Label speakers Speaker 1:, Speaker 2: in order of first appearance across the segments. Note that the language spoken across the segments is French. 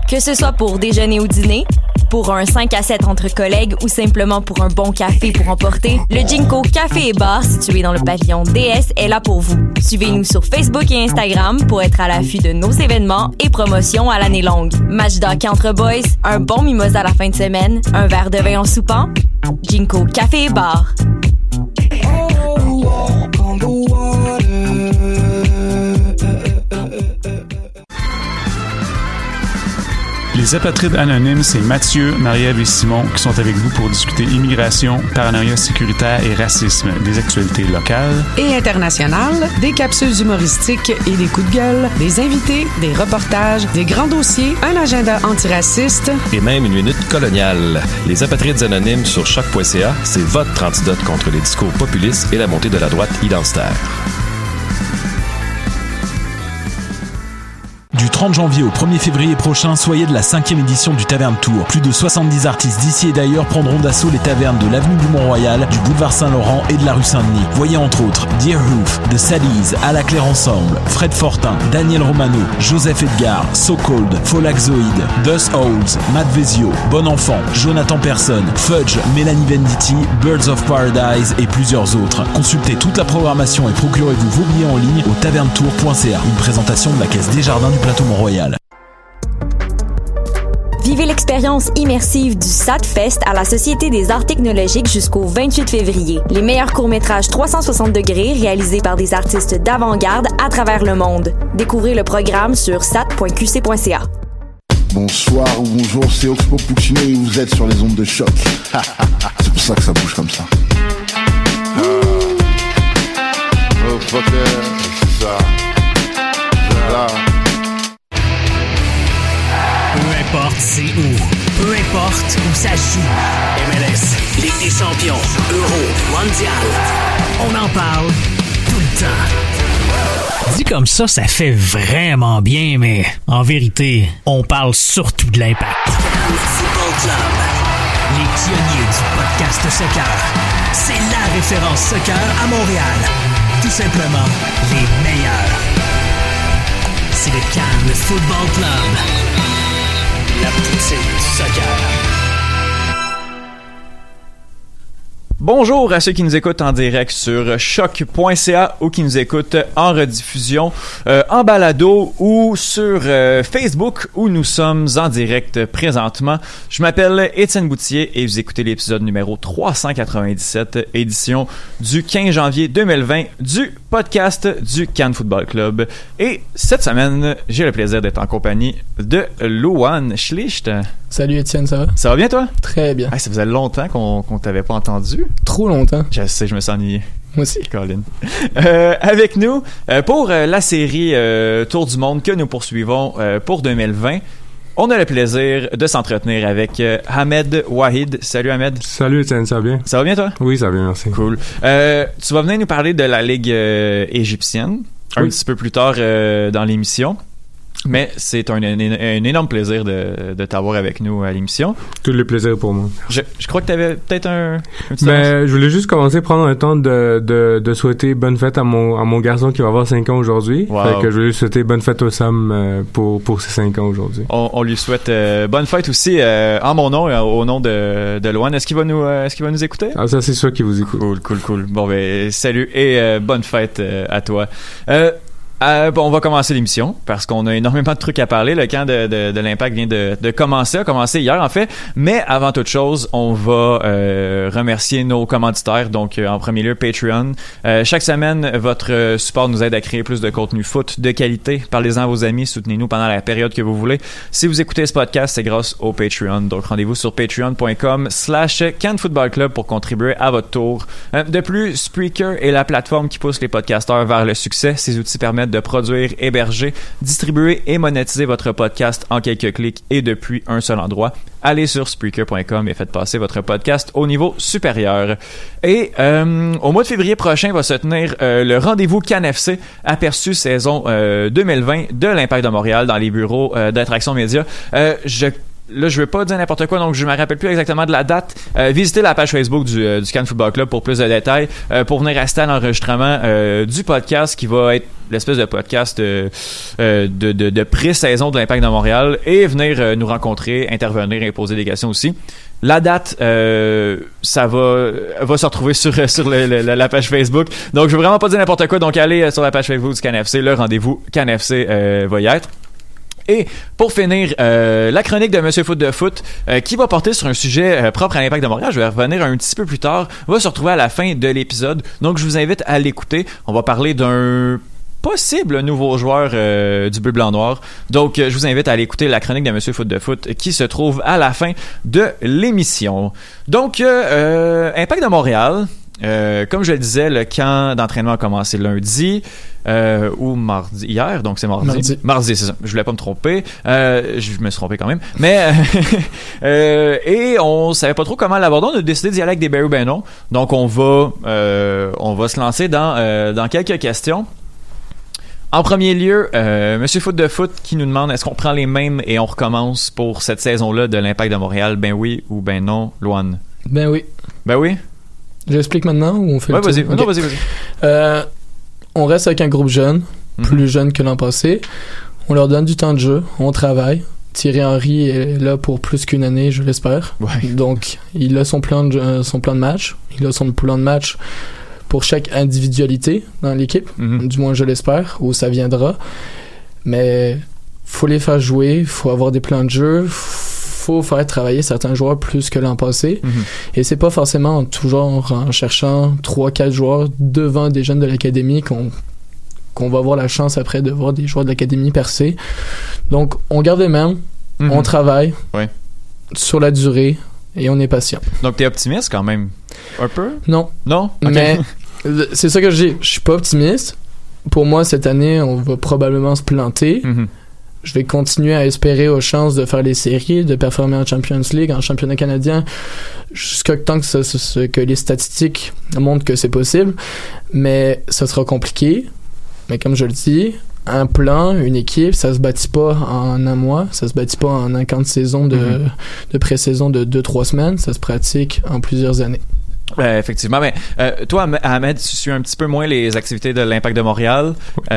Speaker 1: Que ce soit pour déjeuner ou dîner, pour un 5 à 7 entre collègues ou simplement pour un bon café pour emporter, le Ginko Café et Bar situé dans le pavillon DS est là pour vous. Suivez-nous sur Facebook et Instagram pour être à l'affût de nos événements et promotions à l'année longue. Match d'hockey entre boys, un bon mimosa à la fin de semaine, un verre de vin en soupant. Ginko Café et Bar.
Speaker 2: Les apatrides anonymes, c'est Mathieu, Marie-Ève et Simon qui sont avec vous pour discuter immigration, paranoïa sécuritaire et racisme, des actualités locales
Speaker 3: et internationales, des capsules humoristiques et des coups de gueule, des invités, des reportages, des grands dossiers, un agenda antiraciste
Speaker 4: et même une minute coloniale. Les apatrides anonymes sur choc.ca, c'est votre antidote contre les discours populistes et la montée de la droite identitaire.
Speaker 5: Du 30 janvier au 1er février prochain, soyez de la 5e édition du Taverne Tour. Plus de 70 artistes d'ici et d'ailleurs prendront d'assaut les tavernes de l'avenue du Mont-Royal, du boulevard Saint-Laurent et de la rue Saint-Denis. Voyez entre autres Dear Hoof, The Sallies, À la Claire Ensemble, Fred Fortin, Daniel Romano, Joseph Edgar, So Cold, Folaxoid, Thus Owls, Matt Vezio, Bon Enfant, Jonathan Person, Fudge, Mélanie Venditti, Birds of Paradise et plusieurs autres. Consultez toute la programmation et procurez-vous vos billets en ligne au tavernetour.ca. Une présentation de la Caisse Desjardins du Plateau Mont-Royal.
Speaker 1: Vivez l'expérience immersive du SATFest à la Société des Arts Technologiques jusqu'au 28 février. Les meilleurs courts-métrages 360 degrés réalisés par des artistes d'avant-garde à travers le monde. Découvrez le programme sur sat.qc.ca.
Speaker 6: Bonsoir ou bonjour, c'est Oxpo Puccino et vous êtes sur les ondes de choc. C'est pour ça que ça bouge comme ça.
Speaker 7: Oh fucker, c'est ça. Voilà.
Speaker 8: Peu importe c'est où, peu importe où ça joue. MLS, Ligue des champions, Euro, Mondial. On en parle tout le temps. Dit comme ça fait vraiment bien, mais en vérité, on parle surtout de l'impact. Football Club, les pionniers du podcast soccer. C'est la référence soccer à Montréal. Tout simplement, les meilleurs. C'est le Cannes Football Club. La poutine du soccer.
Speaker 9: Bonjour à ceux qui nous écoutent en direct sur choc.ca ou qui nous écoutent en rediffusion, en balado ou sur Facebook où nous sommes en direct présentement. Je m'appelle Étienne Boutier et vous écoutez l'épisode numéro 397, édition du 15 janvier 2020 du podcast du Cannes Football Club. Et cette semaine, j'ai le plaisir d'être en compagnie de Louane Schlicht.
Speaker 10: Salut Étienne, ça va?
Speaker 9: Ça va bien toi?
Speaker 10: Très bien.
Speaker 9: Ah, ça faisait longtemps qu'on t'avait pas entendu.
Speaker 10: Trop longtemps.
Speaker 9: Je sais, je me sens ennuyé.
Speaker 10: Moi aussi.
Speaker 9: Colin. Avec nous, pour la série Tour du Monde que nous poursuivons pour 2020, on a le plaisir de s'entretenir avec Ahmed Wahid. Salut Ahmed.
Speaker 11: Salut Étienne, ça va bien?
Speaker 9: Ça va bien toi?
Speaker 11: Oui, ça va bien, merci.
Speaker 9: Cool. Tu vas venir nous parler de la Ligue égyptienne un petit peu plus tard dans l'émission. Mais c'est un énorme plaisir de t'avoir avec nous à l'émission.
Speaker 11: Tout le plaisir pour moi.
Speaker 9: Je crois que tu avais peut-être un petit
Speaker 11: je voulais juste commencer à prendre un temps de souhaiter bonne fête à mon garçon qui va avoir 5 ans aujourd'hui.
Speaker 9: Wow.
Speaker 11: Fait que je voulais lui souhaiter bonne fête au Sam pour ses 5 ans aujourd'hui.
Speaker 9: On lui souhaite bonne fête aussi en mon nom et au nom de Loan. Est-ce qu'il va nous écouter?
Speaker 11: Ah, ça c'est sûr qu'il vous écoute.
Speaker 9: Cool. Bon ben salut et bonne fête à toi. On va commencer l'émission parce qu'on a énormément de trucs à parler. Le camp de l'Impact vient de commencer, a commencé hier en fait. Mais avant toute chose, on va remercier nos commanditaires. Donc en premier lieu Patreon. Chaque semaine, votre support nous aide à créer plus de contenu foot de qualité. Parlez-en à vos amis, soutenez-nous pendant la période que vous voulez. Si vous écoutez ce podcast, c'est grâce au Patreon. Donc rendez-vous sur patreon.com/Cannes Football Club pour contribuer à votre tour. De plus, Spreaker est la plateforme qui pousse les podcasteurs vers le succès. Ces outils permettent de produire, héberger, distribuer et monétiser votre podcast en quelques clics et depuis un seul endroit. Allez sur Spreaker.com et faites passer votre podcast au niveau supérieur. Et au mois de février prochain va se tenir le rendez-vous Cannes FC aperçu saison 2020 de l'Impact de Montréal dans les bureaux d'Attraction Média. Là, je veux pas dire n'importe quoi, donc je me rappelle plus exactement de la date. Visitez la page Facebook du Cannes Football Club pour plus de détails, pour venir assister à l'enregistrement du podcast qui va être l'espèce de podcast de pré-saison de l'Impact de Montréal et venir nous rencontrer, intervenir et poser des questions aussi. La date, ça va se retrouver sur la page Facebook. Donc, je veux vraiment pas dire n'importe quoi. Donc, allez sur la page Facebook du CanFC. Le rendez-vous CanFC va y être. Et pour finir, la chronique de Monsieur Foot de Foot, qui va porter sur un sujet propre à l'Impact de Montréal, je vais revenir un petit peu plus tard, va se retrouver à la fin de l'épisode. Donc, je vous invite à l'écouter. On va parler d'un possible nouveau joueur du Bleu Blanc Noir. Donc, je vous invite à aller écouter la chronique de Monsieur Foot de Foot qui se trouve à la fin de l'émission. Donc, Impact de Montréal, comme je le disais, le camp d'entraînement a commencé lundi ou mardi, hier, donc c'est mardi. Mardi, c'est ça. Je voulais pas me tromper. Je me suis trompé quand même. Mais et on savait pas trop comment l'aborder. On a décidé d'y aller avec des ben ou ben non. Donc, on va se lancer dans quelques questions. En premier lieu, Monsieur Foot de Foot qui nous demande est-ce qu'on prend les mêmes et on recommence pour cette saison-là de l'Impact de Montréal? Ben oui ou ben non, Loan?
Speaker 10: Ben oui.
Speaker 9: Ben oui?
Speaker 10: J'explique maintenant ou on fait le tour?
Speaker 9: Vas-y. Non, vas-y.
Speaker 10: On reste avec un groupe jeune, plus jeune que l'an passé. On leur donne du temps de jeu, on travaille. Thierry Henry est là pour plus qu'une année, je l'espère. Ouais. Donc, il a son plan de match. Il a son plan de match pour chaque individualité dans l'équipe, du moins je l'espère, où ça viendra. Mais faut les faire jouer, faut avoir des plans de jeu, faut faire travailler certains joueurs plus que l'an passé. Et c'est pas forcément toujours en cherchant 3-4 joueurs devant des jeunes de l'académie qu'on va avoir la chance après de voir des joueurs de l'académie percer. Donc on garde les mêmes, on travaille sur la durée et on est patient.
Speaker 9: Donc t'es optimiste quand même? Un peu?
Speaker 10: Non.
Speaker 9: Non? Okay.
Speaker 10: Mais c'est ça que je dis. Je suis pas optimiste. Pour moi, cette année, on va probablement se planter. Je vais continuer à espérer aux chances de faire les séries, de performer en Champions League, en championnat canadien, jusqu'à temps que les statistiques montrent que c'est possible. Mais ça sera compliqué. Mais comme je le dis, un plan, une équipe, ça se bâtit pas en un mois, ça se bâtit pas en un camp de saison de pré-saison de 2-3 semaines, ça se pratique en plusieurs années.
Speaker 9: Effectivement, mais toi, Ahmed, tu suis un petit peu moins les activités de l'Impact de Montréal,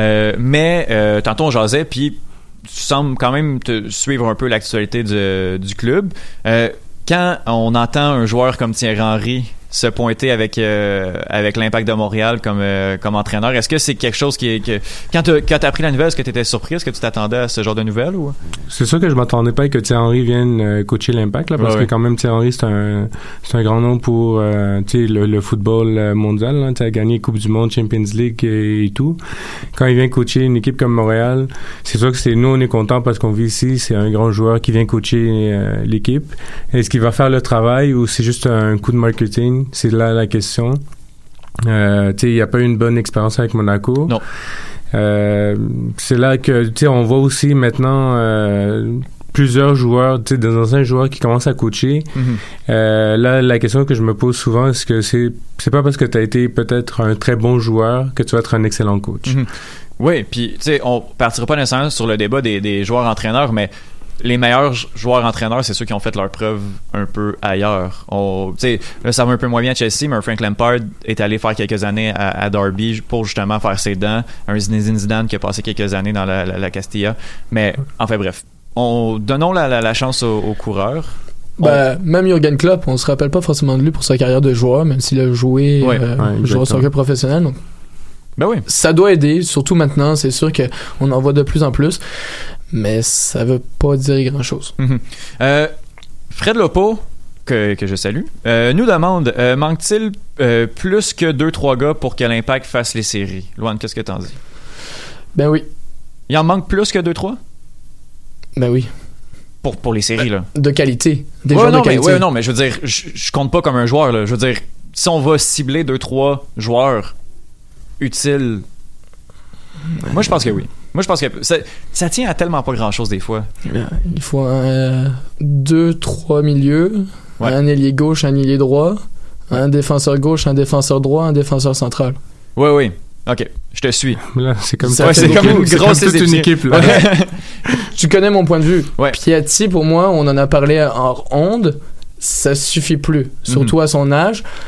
Speaker 9: mais tantôt on jasait, puis tu sembles quand même te suivre un peu l'actualité du club. Quand on entend un joueur comme Thierry Henry se pointer avec l'Impact de Montréal comme entraîneur, est-ce que c'est quelque chose quand t'as appris la nouvelle, est-ce que t'étais surpris? Est-ce que tu t'attendais à ce genre de nouvelles? Ou?
Speaker 11: C'est sûr que je m'attendais pas que Thierry Henry vienne coacher l'Impact, là, parce que quand même Thierry Henry c'est un grand nom pour le football mondial, là, a gagné Coupe du Monde, Champions League et tout. Quand il vient coacher une équipe comme Montréal, c'est sûr que nous on est contents parce qu'on vit ici, c'est un grand joueur qui vient coacher l'équipe. Est-ce qu'il va faire le travail ou c'est juste un coup de marketing? C'est là la question. Il n'y a pas eu une bonne expérience avec Monaco.
Speaker 9: Non.
Speaker 11: C'est là que on voit aussi maintenant plusieurs joueurs, des anciens joueurs qui commencent à coacher. Là, la question que je me pose souvent, est-ce que c'est pas parce que tu as été peut-être un très bon joueur que tu vas être un excellent coach?
Speaker 9: Oui, puis on partira pas nécessairement sur le débat des joueurs-entraîneurs, mais les meilleurs joueurs-entraîneurs, c'est ceux qui ont fait leur preuve un peu ailleurs. Là, ça va un peu moins bien à Chelsea, mais Frank Lampard est allé faire quelques années à Derby pour justement faire ses dents. Un Zinedine Zidane qui a passé quelques années dans la Castilla. Mais, enfin bref, donnons la chance aux coureurs.
Speaker 10: Même Jürgen Klopp, on se rappelle pas forcément de lui pour sa carrière de joueur, même s'il a joué joueur de soccer professionnel. Donc, ça doit aider, surtout maintenant. C'est sûr qu'on en voit de plus en plus. Mais ça veut pas dire grand-chose.
Speaker 9: Fred Lopo, que je salue, nous demande manque-t-il plus que 2-3 gars pour que l'Impact fasse les séries? Loan, qu'est-ce que t'en dis?
Speaker 10: Ben oui.
Speaker 9: Il en manque plus que 2-3?
Speaker 10: Ben oui.
Speaker 9: Pour les séries, là.
Speaker 10: De qualité. Des joueurs de qualité.
Speaker 9: Mais je veux dire, je compte pas comme un joueur, là. Je veux dire, si on va cibler 2-3 joueurs utiles, moi je pense que oui. Moi, je pense que ça tient à tellement pas grand-chose des fois.
Speaker 10: Il faut 2-3 milieux, un ailier gauche, un ailier droit, un défenseur gauche, un défenseur droit, un défenseur central.
Speaker 9: Oui. OK, je te suis.
Speaker 11: Là, c'est comme
Speaker 9: une grosse
Speaker 11: équipe. Là.
Speaker 10: Tu connais mon point de vue. Piatti, pour moi, on en a parlé hors onde, ça suffit plus. Surtout à son âge.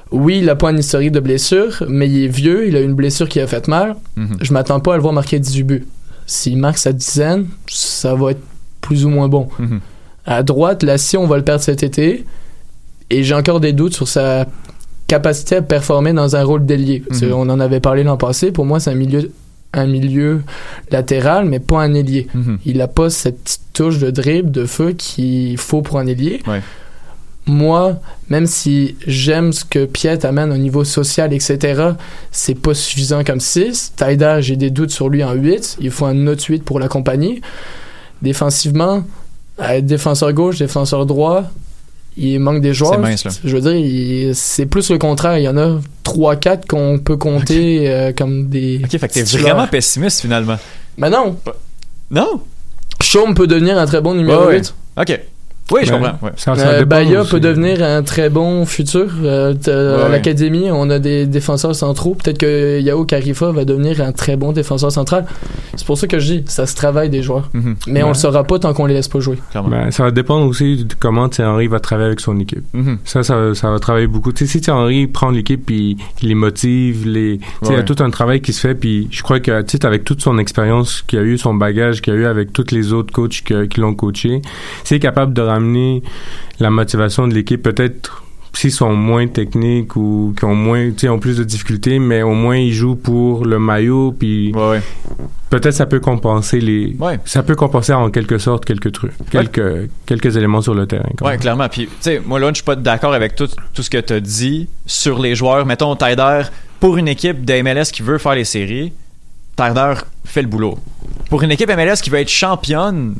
Speaker 10: Oui, il a pas un historique de blessure, mais il est vieux, il a une blessure qui a fait mal. Je m'attends pas à le voir marquer 18 buts. S'il marque sa dizaine, ça va être plus ou moins bon. À droite, Lassie, on va le perdre cet été. Et j'ai encore des doutes sur sa capacité à performer dans un rôle d'ailier. On en avait parlé l'an passé. Pour moi, c'est un milieu latéral, mais pas un ailier. Il a pas cette petite touche de dribble, de feu qu'il faut pour un ailier.
Speaker 9: Ouais.
Speaker 10: Moi, même si j'aime ce que Piet amène au niveau social, etc., c'est pas suffisant comme 6. Taider, j'ai des doutes sur lui en 8. Il faut un autre 8 pour l'accompagner. Défensivement, défenseur gauche, défenseur droit, il manque des joueurs.
Speaker 9: C'est mince, là.
Speaker 10: Je veux dire, c'est plus le contraire. Il y en a 3-4 qu'on peut compter comme des...
Speaker 9: OK, fait que t'es vraiment pessimiste, finalement.
Speaker 10: Ben non.
Speaker 9: Non?
Speaker 10: Chaume peut devenir un très bon numéro 8.
Speaker 9: OK. Oui, je comprends. Ouais.
Speaker 10: Bahia peut devenir un très bon futur. À l'académie, on a des défenseurs centraux. Peut-être que Yao Karifa va devenir un très bon défenseur central. C'est pour ça que je dis, ça se travaille des joueurs. Mais on le saura pas tant qu'on les laisse pas jouer.
Speaker 11: Ça va dépendre aussi de comment Thierry Henry va travailler avec son équipe. Ça va travailler beaucoup. Tu sais, si Thierry Henry prend l'équipe puis qu'il les motive, il y a tout un travail qui se fait. Puis je crois que, tu sais, avec toute son expérience qu'il a eu, son bagage qu'il a eu avec tous les autres coachs qui l'ont coaché, c'est capable de ramener la motivation de l'équipe, peut-être s'ils sont moins techniques ou qui ont moins, tu sais, ont plus de difficultés, mais au moins ils jouent pour le maillot, puis peut-être ça peut compenser ça peut compenser en quelque sorte quelques trucs, quelques éléments sur le terrain.
Speaker 9: Ouais, clairement. Puis tu sais, moi là, je suis pas d'accord avec tout ce que tu as dit sur les joueurs. Mettons Taider, pour une équipe de MLS qui veut faire les séries, Taider fait le boulot. Pour une équipe MLS qui veut être championne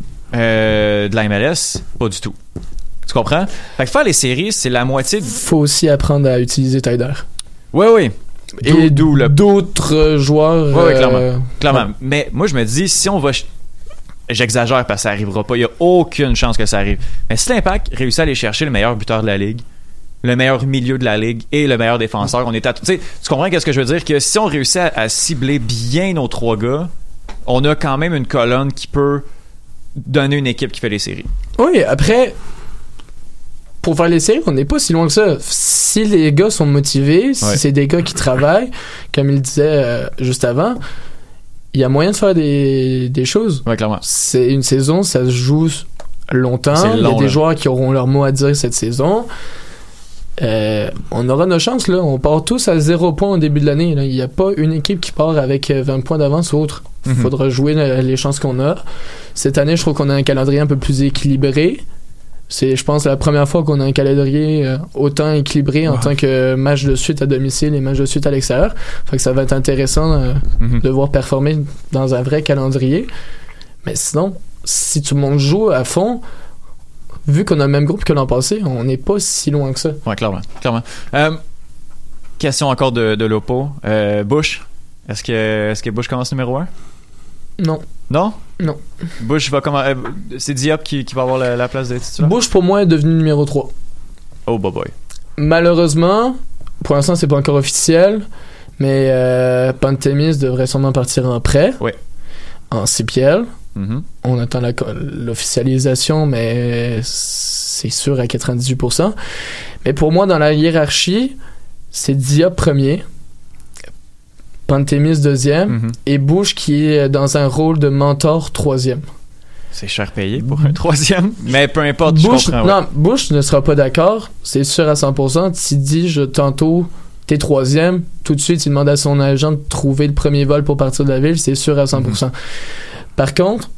Speaker 9: de la MLS, pas du tout. Tu comprends? Fait que faire les séries, c'est la moitié.
Speaker 10: Faut aussi apprendre à utiliser Taider.
Speaker 9: Oui.
Speaker 10: Et d'autres joueurs.
Speaker 9: Oui, clairement. Ouais. Mais moi, je me dis, si on va. J'exagère parce que ça arrivera pas. Il y a aucune chance que ça arrive. Mais si l'Impact réussit à aller chercher le meilleur buteur de la Ligue, le meilleur milieu de la Ligue et le meilleur défenseur, on est à. Tu sais, tu comprends qu'est-ce que je veux dire? Que si on réussit à cibler bien nos 3 gars, on a quand même une colonne qui peut donner une équipe qui fait les séries.
Speaker 10: Oui, après, pour faire les séries, on n'est pas si loin que ça. Si les gars sont motivés, si c'est des gars qui travaillent, comme il disait juste avant, il y a moyen de faire des choses.
Speaker 9: Oui, clairement.
Speaker 10: C'est une saison, ça se joue longtemps. Il y a des joueurs qui auront leur mot à dire cette saison. On aura nos chances, là. On part tous à 0 points au début de l'année. Il n'y a pas une équipe qui part avec 20 points d'avance ou autre. Il faudra jouer les chances qu'on a. Cette année, je trouve qu'on a un calendrier un peu plus équilibré. C'est, je pense, la première fois qu'on a un calendrier autant équilibré en tant que match de suite à domicile et match de suite à l'extérieur. Fait que ça va être intéressant de voir performer dans un vrai calendrier. Mais sinon, si tout le monde joue à fond, vu qu'on a le même groupe que l'an passé, on n'est pas si loin que ça.
Speaker 9: Oui, clairement. Question encore de Lopo. Bush. Est-ce que Bush commence numéro 1?
Speaker 10: Non.
Speaker 9: Non?
Speaker 10: Non.
Speaker 9: Bush va comment? C'est Diop qui va avoir la place de titulaire?
Speaker 10: Bush, pour moi, est devenu numéro 3.
Speaker 9: Oh, boy. Malheureusement,
Speaker 10: pour l'instant, c'est pas encore officiel, mais Pantemis devrait sûrement partir en prêt.
Speaker 9: Oui.
Speaker 10: En CPL. On attend l'officialisation, mais c'est sûr à 98%. Mais pour moi, dans la hiérarchie, c'est Diop premier, Pantemis deuxième, et Bush qui est dans un rôle de mentor troisième.
Speaker 9: C'est cher payé pour un troisième, mais peu importe,
Speaker 10: Bush,
Speaker 9: je comprends.
Speaker 10: Non, Bush ne sera pas d'accord, c'est sûr à 100%. S'il dit tantôt t'es troisième, tout de suite il demande à son agent de trouver le premier vol pour partir de la ville, c'est sûr à 100%. Par contre,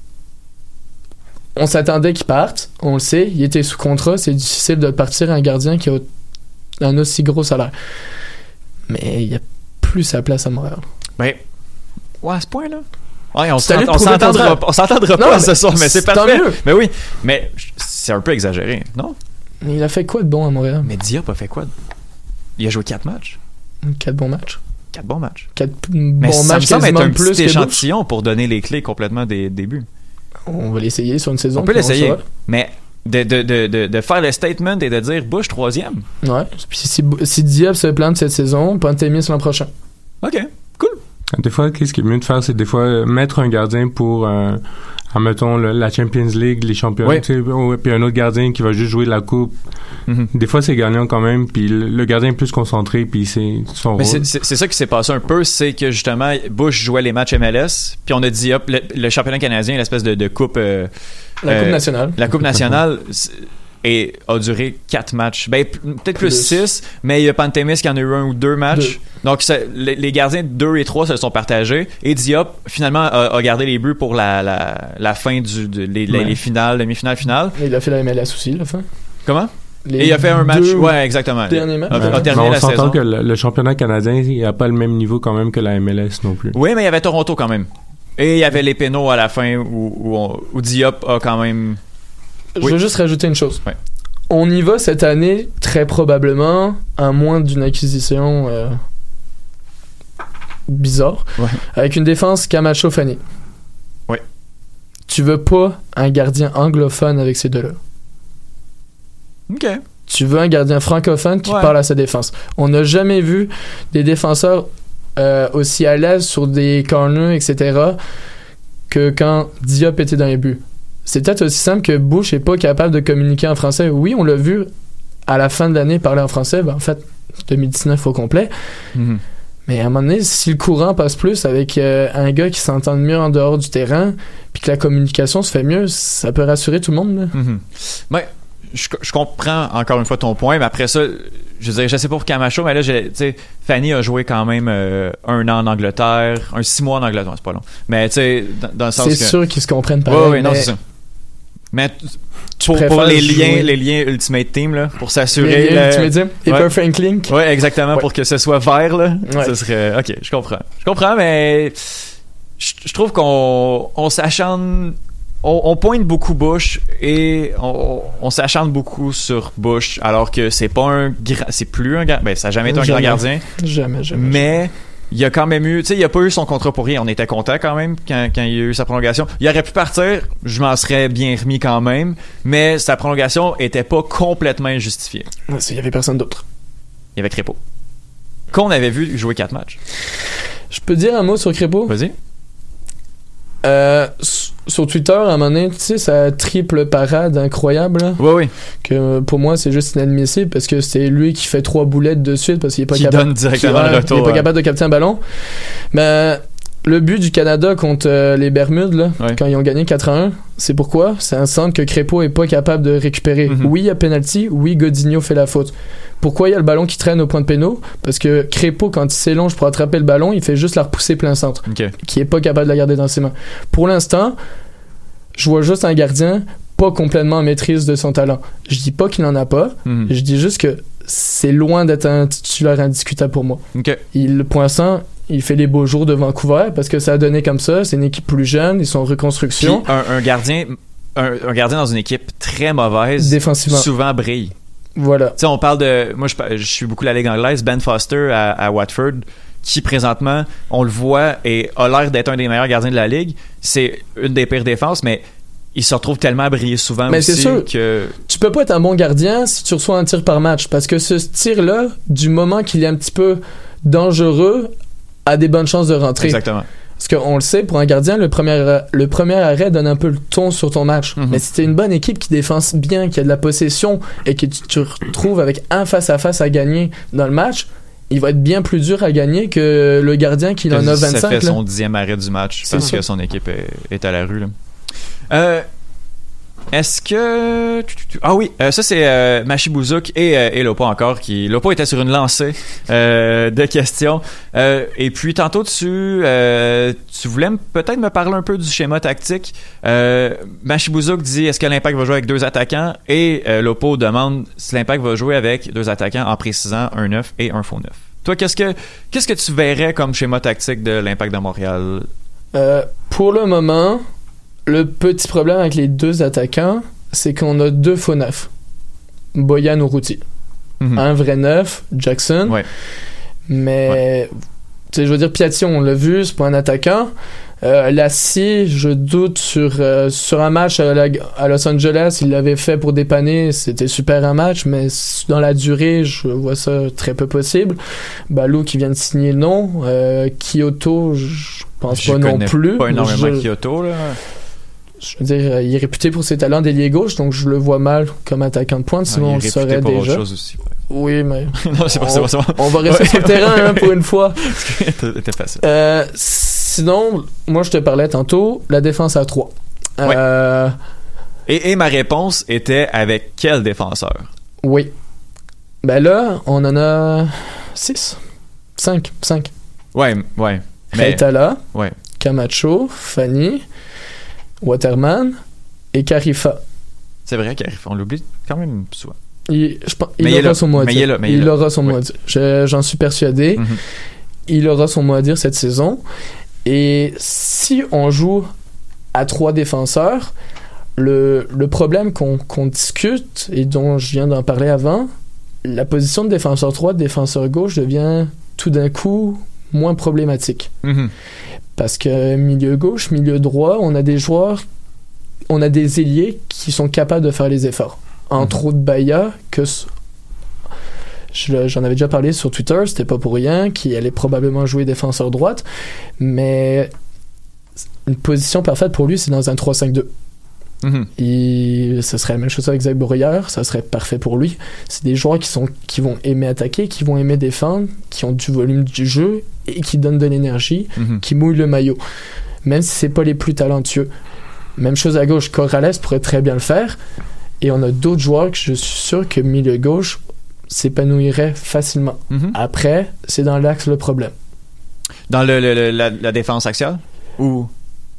Speaker 10: on s'attendait qu'il parte, on le sait, il était sous contrat, c'est difficile de partir un gardien qui a un aussi gros salaire. Mais il n'y a plus sa place à Montréal.
Speaker 9: Ben, à ce point-là. Ouais, on s'entendra pas ce soir, mais c'est parfait. Mieux. Mais oui, mais c'est un peu exagéré, non?
Speaker 10: Il a fait quoi de bon à Montréal?
Speaker 9: Mais Diop a fait quoi? Il a joué 4 matchs.
Speaker 10: 4 bons matchs.
Speaker 9: 4 bons matchs.
Speaker 10: 4 bons matchs.
Speaker 9: Ça me semble être un petit échantillon pour donner les clés complètement des débuts.
Speaker 10: On va l'essayer sur une saison.
Speaker 9: On peut l'essayer, mais de faire le statement et de dire Bush troisième.
Speaker 10: Ouais. Puis si Diop se plante cette saison, Pantemis l'an prochain.
Speaker 9: OK, cool.
Speaker 11: Des fois, ce qui est mieux de faire, c'est des fois mettre un gardien pour admettons, la Champions League, les championnats, puis un autre gardien qui va juste jouer la coupe. Des fois, c'est gagnant quand même, puis le gardien est plus concentré, puis c'est son rôle.
Speaker 9: C'est ça qui s'est passé un peu, c'est que justement, Bush jouait les matchs MLS, puis on a dit, hop, le championnat canadien, l'espèce de coupe...
Speaker 10: la coupe nationale.
Speaker 9: La coupe nationale... Et a duré 4 matchs. Ben, peut-être plus 6, mais il y a Pantémis qui en a eu 1 ou 2 matchs. Donc, les gardiens 2 et 3 se sont partagés. Et Diop, finalement, a gardé les buts pour la fin les finales, demi-finales, finales.
Speaker 10: Et il a fait la MLS aussi, la fin.
Speaker 9: Comment? Et il a fait un match. Ouais, exactement.
Speaker 10: Dernier match.
Speaker 9: A terminé
Speaker 11: on
Speaker 9: la
Speaker 11: s'entend
Speaker 9: saison.
Speaker 11: que le championnat canadien, il n'a pas le même niveau quand même que la MLS non plus.
Speaker 9: Oui, mais il y avait Toronto quand même. Et il y avait les pénaux à la fin où Diop a quand même...
Speaker 10: Je veux juste rajouter une chose.
Speaker 9: Ouais.
Speaker 10: On y va cette année, très probablement, à moins d'une acquisition bizarre, avec une défense Camacho-Fanny.
Speaker 9: Oui.
Speaker 10: Tu veux pas un gardien anglophone avec ces deux-là.
Speaker 9: OK.
Speaker 10: Tu veux un gardien francophone qui parle à sa défense. On n'a jamais vu des défenseurs aussi à l'aise sur des corners, etc., que quand Diop était dans les buts. C'est peut-être aussi simple que Bush n'est pas capable de communiquer en français. Oui, on l'a vu à la fin de l'année parler en français. En fait, 2019 au complet. Mais à un moment donné, si le courant passe plus avec un gars qui s'entend mieux en dehors du terrain, puis que la communication se fait mieux, ça peut rassurer tout le monde. Là.
Speaker 9: Ben, je comprends encore une fois ton point, mais après ça, je dirais, je sais pas pour Camacho, mais là, Fanny a joué quand même 1 an en Angleterre, 6 mois en Angleterre, c'est pas long. Mais tu sais, dans le sens
Speaker 10: c'est sûr qu'ils se comprennent pareil.
Speaker 9: Oui, non, c'est ça. Mais pour les liens Ultimate Team, là, pour s'assurer...
Speaker 10: Ultimate Team et Perfect Link.
Speaker 9: Oui, exactement, pour que ce soit vert, là, ce serait... OK, je comprends, mais je trouve qu'on s'acharne... On pointe beaucoup Bush et on s'acharne beaucoup sur Bush, alors que c'est pas c'est plus un gardien. Ben, ça n'a jamais été un grand gardien.
Speaker 10: Jamais.
Speaker 9: Mais il y a quand même eu, tu sais, il a pas eu son contrat pour rien. On était content quand même quand il y a eu sa prolongation. Il aurait pu partir, je m'en serais bien remis quand même, mais sa prolongation était pas complètement injustifiée.
Speaker 10: Il y avait personne d'autre.
Speaker 9: Il y avait Crépeau, qu'on avait vu jouer 4 matchs.
Speaker 10: Je peux dire un mot sur Crépeau?
Speaker 9: Vas-y.
Speaker 10: Sur Twitter, à un moment donné, tu sais, sa triple parade incroyable. Là,
Speaker 9: oui.
Speaker 10: Que pour moi, c'est juste inadmissible parce que c'est lui qui fait 3 boulettes de suite parce qu'il est pas capable.
Speaker 9: Donne directement le retour.
Speaker 10: Il est pas capable de capter un ballon. Mais le but du Canada contre les Bermudes, là, quand ils ont gagné 4-1, c'est pourquoi? C'est un centre que Crépeau est pas capable de récupérer. Oui, il y a penalty. Oui, Godinho fait la faute. Pourquoi il y a le ballon qui traîne au point de pénaux? Parce que Crépeau, quand il s'élonge pour attraper le ballon, il fait juste la repousser plein centre. Qui est pas capable de la garder dans ses mains. Pour l'instant, je vois juste un gardien pas complètement en maîtrise de son talent. Je dis pas qu'il en a pas. Je dis juste que c'est loin d'être un titulaire indiscutable pour moi. Pour l'instant, il fait les beaux jours de Vancouver parce que ça a donné comme ça. C'est une équipe plus jeune, ils sont en reconstruction.
Speaker 9: Puis un gardien dans une équipe très mauvaise,
Speaker 10: défensivement,
Speaker 9: souvent brille.
Speaker 10: Voilà.
Speaker 9: Tu sais, on parle de... Moi, je suis beaucoup la Ligue anglaise. Ben Foster à Watford, qui présentement, on le voit, et a l'air d'être un des meilleurs gardiens de la Ligue. C'est une des pires défenses, mais il se retrouve tellement à briller souvent
Speaker 10: mais
Speaker 9: aussi
Speaker 10: c'est sûr,
Speaker 9: que...
Speaker 10: Tu peux pas être un bon gardien si tu reçois un tir par match, parce que ce tir-là, du moment qu'il est un petit peu dangereux, a des bonnes chances de rentrer.
Speaker 9: Exactement.
Speaker 10: Parce qu'on le sait, pour un gardien, le premier arrêt donne un peu le ton sur ton match. Mais si t'es une bonne équipe qui défense bien, qui a de la possession et que tu te retrouves avec un face-à-face à gagner dans le match, il va être bien plus dur à gagner que le gardien qui en a 25.
Speaker 9: Ça fait son 10e arrêt du match parce que son équipe est à la rue. Là. Est-ce que... Ah oui, ça c'est Machi Bouzouk et Lopa encore. Lopa était sur une lancée de questions. Et puis tantôt tu voulais peut-être me parler un peu du schéma tactique. Machi Bouzouk dit est-ce que l'Impact va jouer avec 2 attaquants? Et Lopa demande si l'Impact va jouer avec 2 attaquants en précisant un 9 et un faux 9. Toi, qu'est-ce que tu verrais comme schéma tactique de l'Impact de Montréal?
Speaker 10: Pour le moment... Le petit problème avec les 2 attaquants, c'est qu'on a 2 faux neufs. Boyan ou Routy. Un vrai neuf, Jackson. Mais, tu sais, je veux dire, Piatti, on l'a vu, c'est pas un attaquant. Lassie, je doute sur un match à Los Angeles, il l'avait fait pour dépanner, c'était super un match, mais dans la durée, je vois ça très peu possible. Balou qui vient de signer, non. Kyoto, je pense pas non plus.
Speaker 9: Pas énormément Kyoto, là.
Speaker 10: je veux dire, il est réputé pour ses talents d'ailier gauche, donc je le vois mal comme attaquant de pointe, sinon on le saurait
Speaker 9: pour
Speaker 10: déjà.
Speaker 9: Autre chose aussi, ouais.
Speaker 10: Oui, mais
Speaker 9: non, c'est pas ça.
Speaker 10: On va rester sur le terrain pour une fois.
Speaker 9: C'était facile.
Speaker 10: Sinon, moi je te parlais tantôt, la défense à 3.
Speaker 9: Ouais. Et ma réponse était avec quel défenseur?
Speaker 10: Oui. Ben là, on en a 5.
Speaker 9: Ouais.
Speaker 10: Reitala,
Speaker 9: ouais.
Speaker 10: Camacho, Fanny, Waterman et Carifa.
Speaker 9: C'est vrai, Carifa, on l'oublie quand même souvent.
Speaker 10: Il aura son mot à dire. Il aura son mot à dire. J'en suis persuadé.
Speaker 9: Mm-hmm.
Speaker 10: Il aura son mot à dire cette saison. Et si on joue à 3 défenseurs, le problème qu'on discute et dont je viens d'en parler avant, la position de défenseur 3, de défenseur gauche devient tout d'un coup moins problématique.
Speaker 9: Mm-hmm.
Speaker 10: Parce que milieu gauche, milieu droit, on a des joueurs, on a des ailiers qui sont capables de faire les efforts. Entre autres Bahia, que j'en avais déjà parlé sur Twitter, c'était pas pour rien, qui allait probablement jouer défenseur droite, mais une position parfaite pour lui, c'est dans un 3-5-2. Ce serait la même chose avec Zach Brouillard, ça serait parfait pour lui. C'est des joueurs qui vont aimer attaquer, qui vont aimer défendre, qui ont du volume du jeu et qui donnent de l'énergie, qui mouillent le maillot, même si c'est pas les plus talentueux. Même chose à gauche, Corrales pourrait très bien le faire, et on a d'autres joueurs que je suis sûr que milieu gauche s'épanouirait facilement. Après, c'est dans l'axe le problème.
Speaker 9: Dans la défense axiale ou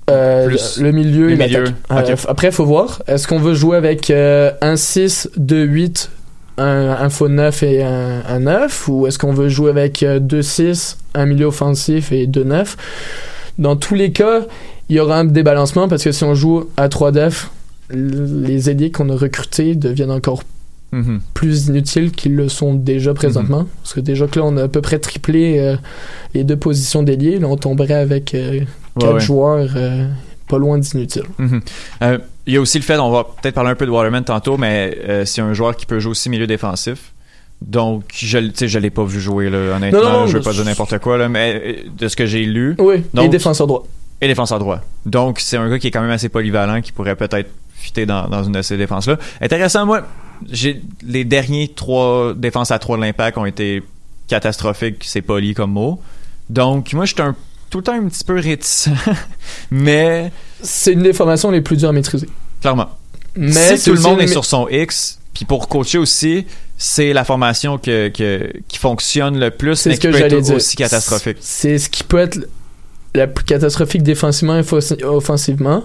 Speaker 10: le milieu et l'attaque. Okay. Après, il faut voir. Est-ce qu'on veut jouer avec un 6, 2, 8, un faux 9 et un 9, ou est-ce qu'on veut jouer avec 2, 6, un milieu offensif et 2, 9? Dans tous les cas, il y aura un débalancement parce que si on joue à 3 def, les ailiers qu'on a recrutés deviennent encore plus inutiles qu'ils le sont déjà présentement. Parce que déjà que là, on a à peu près triplé les 2 positions d'ailier. Là, on tomberait avec 4 joueurs pas loin d'inutiles.
Speaker 9: Il y a aussi le fait, on va peut-être parler un peu de Waterman tantôt, mais c'est un joueur qui peut jouer aussi milieu défensif. Donc, je l'ai pas vu jouer, là, honnêtement. Non, je veux pas dire n'importe quoi, là, mais de ce que j'ai lu.
Speaker 10: Oui,
Speaker 9: donc,
Speaker 10: et défenseur droit.
Speaker 9: Et défenseur droit. Donc, c'est un gars qui est quand même assez polyvalent, qui pourrait peut-être fitter dans une de ces défenses-là. Intéressant, moi, les derniers 3 défenses à 3 de l'Impact ont été catastrophiques, c'est poli comme mot. Donc, moi, j'étais tout le temps un petit peu réticent, mais...
Speaker 10: C'est une des formations les plus dures à maîtriser.
Speaker 9: Clairement.
Speaker 10: Mais
Speaker 9: si tout le monde est sur son X, puis pour coacher aussi, c'est la formation qui fonctionne le plus,
Speaker 10: c'est
Speaker 9: mais
Speaker 10: ce
Speaker 9: qui
Speaker 10: que
Speaker 9: peut être
Speaker 10: dire.
Speaker 9: aussi catastrophique.
Speaker 10: C'est ce qui peut être la plus catastrophique défensivement et offensivement,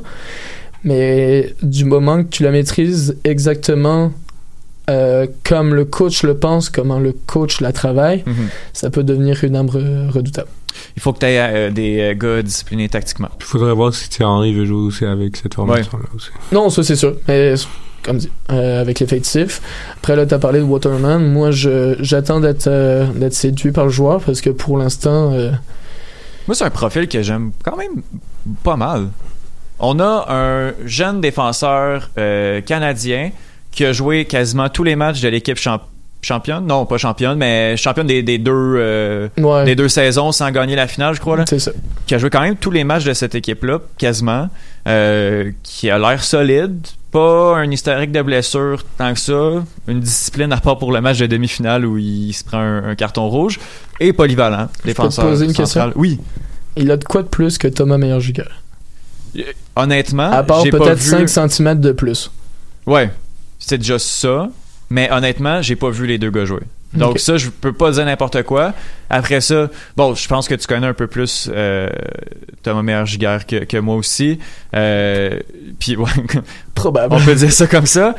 Speaker 10: mais du moment que tu la maîtrises exactement comme le coach le pense, comment le coach la travaille, ça peut devenir une arme redoutable.
Speaker 9: Il faut que tu aies des gars disciplinés tactiquement.
Speaker 11: Il faudrait voir si Thierry Henry veut jouer aussi avec cette formation-là aussi.
Speaker 10: Non, ça c'est sûr. Mais comme dit, avec l'effectif. Après là, tu as parlé de Waterman. Moi, j'attends d'être séduit par le joueur parce que pour l'instant...
Speaker 9: Moi, c'est un profil que j'aime quand même pas mal. On a un jeune défenseur canadien qui a joué quasiment tous les matchs de l'équipe championne. Non, pas championne, mais championne des 2 saisons sans gagner la finale, je crois. Là.
Speaker 10: C'est ça.
Speaker 9: Qui a joué quand même tous les matchs de cette équipe-là, quasiment. Qui a l'air solide. Pas un historique de blessure tant que ça. Une discipline à part pour le match de demi-finale où il se prend un carton rouge. Et polyvalent, défenseur.
Speaker 10: Je peux te poser une
Speaker 9: central.
Speaker 10: question?
Speaker 9: Oui.
Speaker 10: Il a de quoi de plus que Thomas Meyer-Giguère?
Speaker 9: Honnêtement,
Speaker 10: à part
Speaker 9: j'ai
Speaker 10: peut-être
Speaker 9: pas vu...
Speaker 10: 5 cm de plus.
Speaker 9: Ouais, c'est déjà ça. Mais honnêtement, j'ai pas vu les 2 gars jouer. Donc ça, je peux pas dire n'importe quoi. Après ça, bon, je pense que tu connais un peu plus Thomas Meyer-Giguère que moi aussi. Puis ouais,
Speaker 10: probable.
Speaker 9: On peut dire ça comme ça.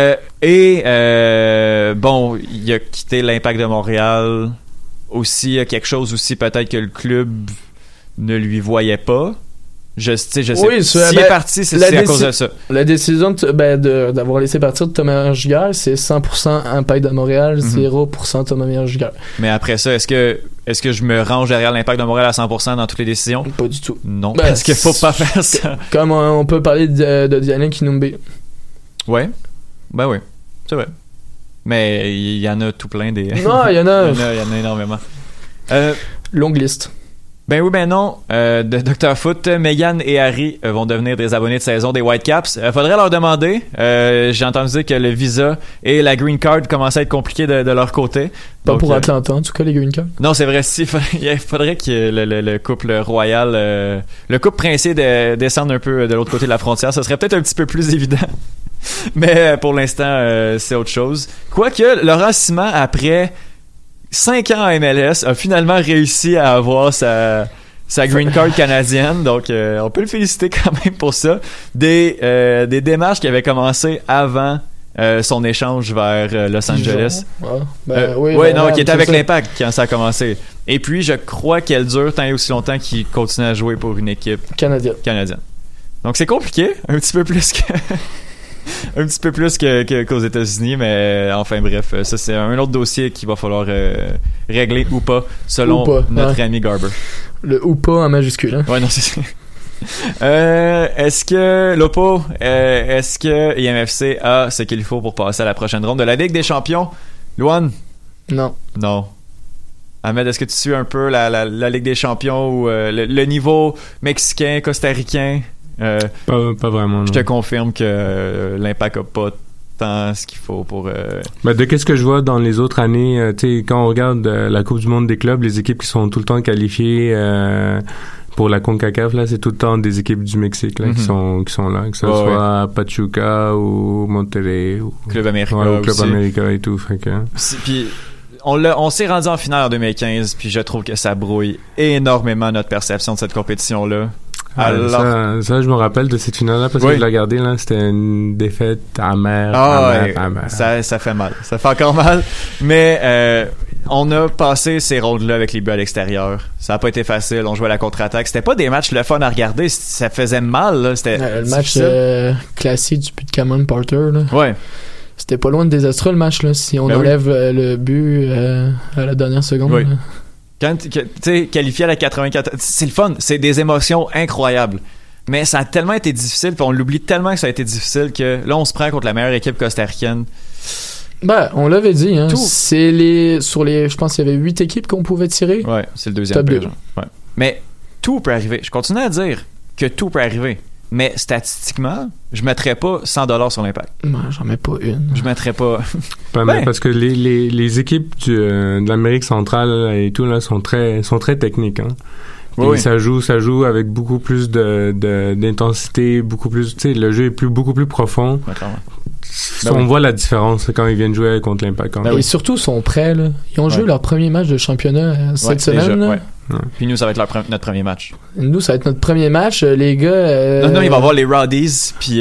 Speaker 9: Bon, il a quitté l'Impact de Montréal aussi. Il y a quelque chose aussi peut-être que le club ne lui voyait pas. Je sais,
Speaker 10: oui,
Speaker 9: s'il est parti, c'est à cause de ça.
Speaker 10: La décision d'avoir laissé partir Thomas Meyer-Giguère, c'est 100% Impact de Montréal, 0% Thomas Meyer-Giguère.
Speaker 9: Mais après ça, est-ce que je me range derrière l'Impact de Montréal à 100% dans toutes les décisions?
Speaker 10: Pas du tout.
Speaker 9: Non, parce qu'il faut pas faire ça.
Speaker 10: Comme on peut parler de Diané Kinumbe.
Speaker 9: Ouais, ben oui, c'est vrai. Mais il y en a tout plein des...
Speaker 10: Non, il y en a...
Speaker 9: il y en a énormément.
Speaker 10: Longue liste.
Speaker 9: Ben oui, ben non. De Dr. Foot, Meghan et Harry vont devenir des abonnés de saison des Whitecaps. Faudrait leur demander. J'ai entendu dire que le visa et la green card commençaient à être compliqués de leur côté.
Speaker 10: Pas
Speaker 9: Donc,
Speaker 10: pour Atlanta, en tout cas, les green cards.
Speaker 9: Non, c'est vrai. Il faudrait que le couple royal, le couple princier descende un peu de l'autre côté de la frontière. Ça serait peut-être un petit peu plus évident. Mais pour l'instant, c'est autre chose. Quoique, Laurent Ciman, après 5 ans à MLS, a finalement réussi à avoir sa green card canadienne. Donc, on peut le féliciter quand même pour ça. Des démarches qui avaient commencé avant son échange vers Los Angeles. Qui était avec l'Impact quand ça a commencé. Et puis, je crois qu'elle dure tant et aussi longtemps qu'il continue à jouer pour une équipe canadienne. Donc, c'est compliqué, un petit peu plus qu'aux États-Unis, mais enfin bref, ça c'est un autre dossier qu'il va falloir régler ou pas, selon notre ami Garber.
Speaker 10: Le ou pas en majuscule. Hein?
Speaker 9: Ouais, non, c'est ça. Est-ce que Lopo, est-ce que IMFC a ce qu'il faut pour passer à la prochaine ronde de la Ligue des Champions? Luan?
Speaker 10: Non.
Speaker 9: Ahmed, est-ce que tu suis un peu la Ligue des Champions ou le niveau mexicain, costaricain?
Speaker 11: Pas vraiment.
Speaker 9: Je te confirme que l'Impact n'a pas tant ce qu'il faut pour...
Speaker 11: de qu'est-ce que je vois dans les autres années, tu sais, quand on regarde la Coupe du monde des clubs, les équipes qui sont tout le temps qualifiées pour la CONCACAF, là, c'est tout le temps des équipes du Mexique là, qui sont là, que ce soit Pachuca ou Monterrey ou
Speaker 9: Club América
Speaker 11: ou Club América et tout. Fait que...
Speaker 9: Puis on s'est rendu en finale en 2015, puis je trouve que ça brouille énormément notre perception de cette compétition-là.
Speaker 11: Alors... Ça, je me rappelle de cette finale-là parce que je l'ai regardé, là, c'était une défaite amère.
Speaker 9: Ça fait mal. Ça fait encore mal. Mais on a passé ces rondes-là avec les buts à l'extérieur. Ça n'a pas été facile. On jouait à la contre-attaque. C'était pas des matchs le fun à regarder. Ça faisait mal. Là. C'était
Speaker 10: le match classique du but de Cameron Porter. Là.
Speaker 9: Ouais.
Speaker 10: C'était pas loin de désastreux le match là, si on enlève le but à la dernière seconde.
Speaker 9: Oui. Quand tu sais, qualifié à la 84, c'est le fun, c'est des émotions incroyables. Mais ça a tellement été difficile, puis on l'oublie tellement que ça a été difficile que là, on se prend contre la meilleure équipe costaricaine.
Speaker 10: On l'avait dit, hein. Je pense qu'il y avait 8 équipes qu'on pouvait tirer.
Speaker 9: Ouais, c'est le deuxième. Ouais. Mais tout peut arriver. Je continue à dire que tout peut arriver. Mais statistiquement, je mettrais pas $100 sur l'Impact.
Speaker 10: J'en mets pas une.
Speaker 9: Je mettrais pas.
Speaker 11: Parce que les équipes de l'Amérique centrale et tout là sont très techniques. Hein. Oui. Ça joue avec beaucoup plus d'intensité, beaucoup plus. Tu sais, le jeu est beaucoup plus profond. On voit la différence quand ils viennent jouer contre l'Impact.
Speaker 10: Et surtout, ils sont prêts. Là. Ils ont joué leur premier match de championnat cette semaine.
Speaker 9: Déjà, Puis nous, ça va être notre premier match.
Speaker 10: Nous, ça va être notre premier match. Les gars...
Speaker 9: Non, il va y avoir les Rowdies, puis...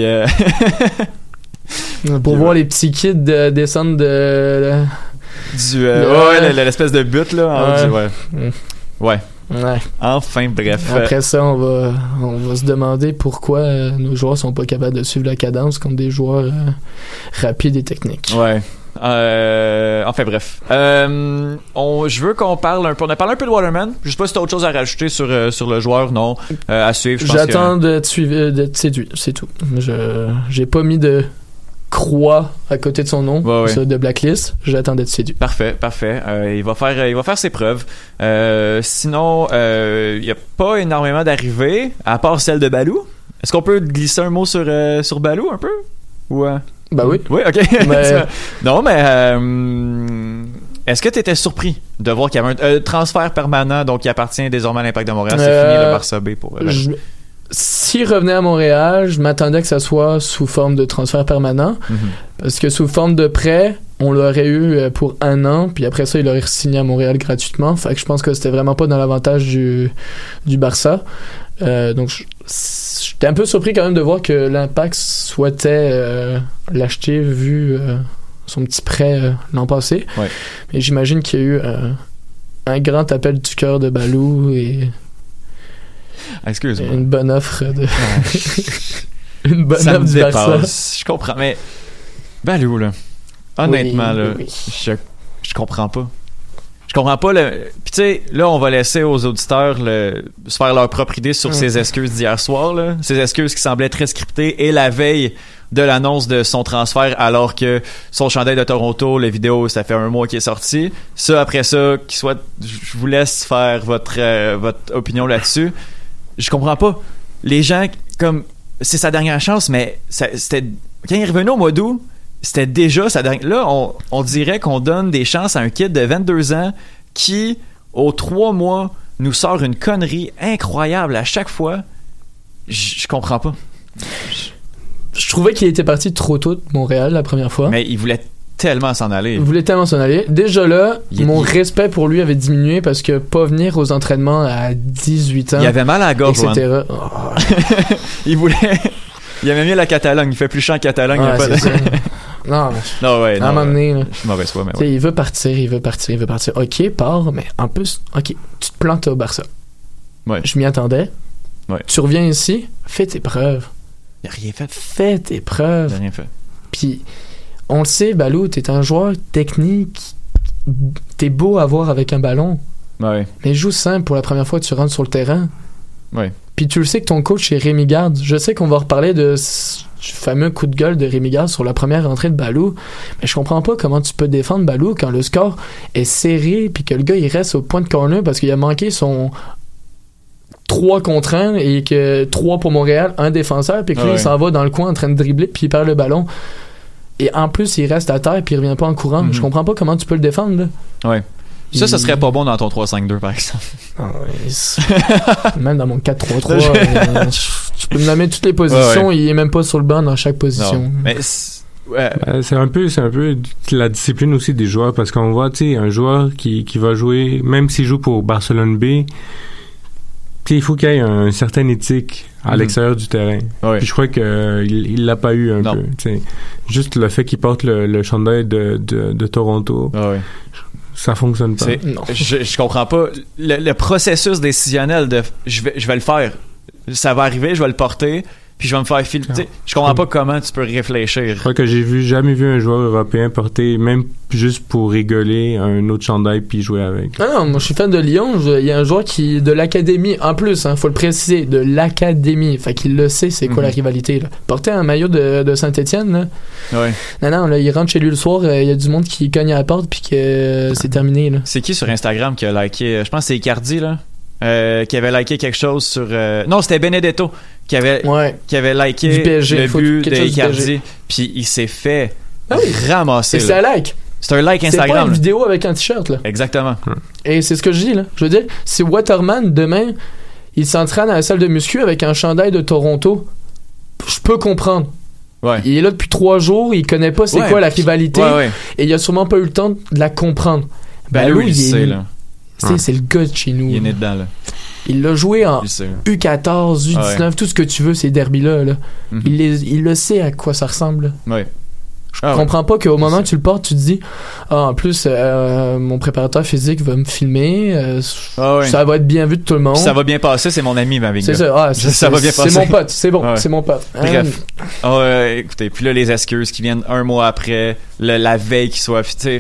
Speaker 10: pour voir les petits kids descendre de...
Speaker 9: l'espèce de but, là. Ouais. Enfin, bref.
Speaker 10: Après ça, on va se demander pourquoi nos joueurs sont pas capables de suivre la cadence contre des joueurs rapides et techniques.
Speaker 9: Ouais. Enfin bref. Je veux qu'on parle un peu. On a parlé un peu de Waterman. Je sais pas si t'as autre chose à rajouter sur le joueur. Non. À suivre.
Speaker 10: J'attends d'être séduit. C'est tout. J'ai pas mis de croix à côté de son nom de blacklist. J'attends d'être séduit.
Speaker 9: Parfait. Il va faire ses preuves. Sinon, il y a pas énormément d'arrivées à part celle de Balou. Est-ce qu'on peut glisser un mot sur Balou un peu ou
Speaker 10: oui.
Speaker 9: Oui, ok. Non, mais est-ce que tu étais surpris de voir qu'il y avait un transfert permanent, donc qui appartient désormais à l'Impact de Montréal? C'est fini le Barça B pour...
Speaker 10: S'il revenait à Montréal, je m'attendais que ça soit sous forme de transfert permanent. Parce que sous forme de prêt, on l'aurait eu pour 1 an, puis après ça, il aurait signé à Montréal gratuitement. Fait que je pense que c'était vraiment pas dans l'avantage du Barça. Donc, j'étais un peu surpris quand même de voir que l'Impact souhaitait l'acheter vu son petit prêt l'an passé. Ouais. Mais j'imagine qu'il y a eu un grand appel du cœur de Balou et une bonne offre de une bonne offre du Barça.
Speaker 9: Je comprends, mais Balou là, honnêtement oui. Je comprends pas. Je comprends pas le. Puis tu sais, là, on va laisser aux auditeurs se faire leur propre idée sur ses excuses d'hier soir, là. Ces excuses qui semblaient très scriptées et la veille de l'annonce de son transfert, alors que son chandail de Toronto, la vidéo, ça fait 1 mois qu'il est sorti. Ça, après ça, je vous laisse faire votre opinion là-dessus. Je comprends pas. Les gens, comme, c'est sa dernière chance, mais c'était quand il est revenu au mois d'août, c'était déjà sa dernière. Là, on dirait qu'on donne des chances à un kid de 22 ans qui, aux 3 mois, nous sort une connerie incroyable à chaque fois. Je comprends pas.
Speaker 10: Je trouvais qu'il était parti trop tôt de Montréal la première fois.
Speaker 9: Mais il voulait tellement s'en aller.
Speaker 10: Déjà là, mon respect pour lui avait diminué parce que pas venir aux entraînements à 18 ans.
Speaker 9: Il avait mal à la gorge,
Speaker 10: etc.
Speaker 9: Il aimait mieux la Catalogne. Il fait plus chaud en Catalogne.
Speaker 10: Ouais, c'est ça. Non,
Speaker 9: ouais,
Speaker 10: à un moment donné,
Speaker 9: je suis mauvaise foi, mais ouais.
Speaker 10: Il veut partir. Ok, part, mais en plus, ok, tu te plantes au Barça.
Speaker 9: Ouais.
Speaker 10: Je m'y attendais.
Speaker 9: Ouais.
Speaker 10: Tu reviens ici, fais tes preuves.
Speaker 9: Il a rien fait.
Speaker 10: Fais tes preuves.
Speaker 9: Il a rien fait.
Speaker 10: Puis, on le sait, Balou, t'es un joueur technique. T'es beau à voir avec un ballon.
Speaker 9: Ouais.
Speaker 10: Mais joue simple pour la première fois que tu rentres sur le terrain.
Speaker 9: Ouais.
Speaker 10: Puis tu le sais que ton coach est Rémi Garde. Je sais qu'on va reparler du fameux coup de gueule de Rémi Garde sur la première entrée de Balou. Mais je comprends pas comment tu peux défendre Balou quand le score est serré puis que le gars il reste au point de corner parce qu'il a manqué son 3 contre 1 et que 3 pour Montréal, un défenseur, puis que lui il s'en va dans le coin en train de dribbler puis il perd le ballon. Et en plus, il reste à terre puis il revient pas en courant. Je comprends pas comment tu peux le défendre, là.
Speaker 9: Ouais. Ça serait pas bon dans ton 3-5-2, par exemple.
Speaker 10: Même dans mon 4-3-3, tu peux me nommer toutes les positions, il est même pas sur le banc dans chaque position.
Speaker 9: Non. Mais
Speaker 11: c'est un peu la discipline aussi des joueurs, parce qu'on voit, tu sais, un joueur qui va jouer, même s'il joue pour Barcelone B, il faut qu'il y ait une certaine éthique à l'extérieur du terrain.
Speaker 9: Ouais.
Speaker 11: Puis je crois qu'il l'a pas eu un peu. T'sais. Juste le fait qu'il porte le chandail de Toronto, ça fonctionne pas.
Speaker 9: Je comprends pas. Le processus décisionnel de je vais le faire. Ça va arriver, je vais le porter, puis je vais me faire filtrer. Je comprends pas comment tu peux réfléchir.
Speaker 11: Je crois que jamais vu un joueur européen porter, même juste pour rigoler, un autre chandail puis jouer avec.
Speaker 10: Non, moi je suis fan de Lyon. Il y a un joueur qui de l'académie, en plus, faut le préciser, de l'académie. Fait qu'il le sait, c'est quoi la rivalité. Là. Porter un maillot de Saint-Étienne, là.
Speaker 9: Ouais.
Speaker 10: Non, là, il rentre chez lui le soir, il y a du monde qui cogne à la porte puis que c'est terminé. Là.
Speaker 9: C'est qui sur Instagram qui a liké? Je pense que c'est Icardi, là. Qui avait liké quelque chose sur non, c'était Benedetto qui avait liké
Speaker 10: du PSG,
Speaker 9: le but de Icardi, puis il s'est fait ramasser.
Speaker 10: Et c'est un like.
Speaker 9: C'est un like Instagram.
Speaker 10: C'est pas une vidéo avec un t-shirt, là.
Speaker 9: Exactement.
Speaker 10: Et c'est ce que je dis, là. Je veux dire, si Waterman demain il s'entraîne à la salle de muscu avec un chandail de Toronto, je peux comprendre.
Speaker 9: Ouais.
Speaker 10: Il est là depuis 3 jours, il connaît pas c'est quoi la rivalité, et il a sûrement pas eu le temps de la comprendre.
Speaker 9: Lui, il sait, là.
Speaker 10: C'est le gars de chez nous.
Speaker 9: Il est né dedans, là.
Speaker 10: Il l'a joué en U14, U19, tout ce que tu veux, ces derbys-là. Là. Il le sait à quoi ça ressemble. Je comprends pas qu'au moment où tu le portes, tu te dis en plus, mon préparateur physique va me filmer, ça va être bien vu de tout le monde.
Speaker 9: Puis ça va bien passer, c'est mon ami, Mavinga.
Speaker 10: C'est ça,
Speaker 9: ça va bien passer.
Speaker 10: C'est mon pote, c'est bon, c'est mon pote.
Speaker 9: Bref. Écoutez, puis là, les excuses qui viennent 1 mois après, la veille qui soit affichée.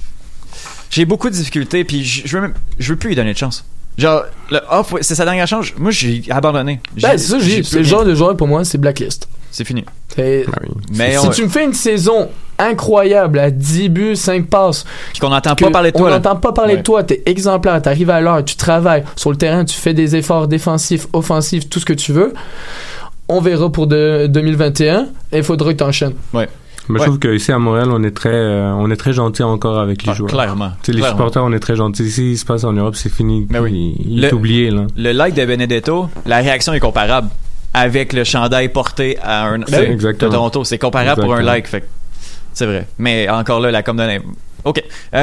Speaker 9: J'ai beaucoup de difficultés, puis je veux plus lui donner de chance. Genre, c'est sa dernière chance. Moi, j'ai abandonné.
Speaker 10: C'est ça, c'est le genre de joueur pour moi, c'est blacklist.
Speaker 9: C'est fini.
Speaker 10: Mais si tu me fais une saison incroyable à 10 buts, 5 passes,
Speaker 9: puis qu'on n'entend pas parler de toi.
Speaker 10: On n'entend pas parler de toi, t'es exemplaire, t'arrives à l'heure, tu travailles sur le terrain, tu fais des efforts défensifs, offensifs, tout ce que tu veux. On verra pour 2021 et il faudra que t'enchaînes.
Speaker 11: Mais je trouve qu'ici à Montréal, on est très gentil encore avec les joueurs.
Speaker 9: Clairement.
Speaker 11: Les supporters, on est très gentils. Ici, il se passe en Europe, c'est fini. Il est oublié, là.
Speaker 9: Le like de Benedetto, la réaction est comparable avec le chandail porté à de Toronto. C'est comparable pour un like. Fait c'est vrai. Mais encore là, la com de OK.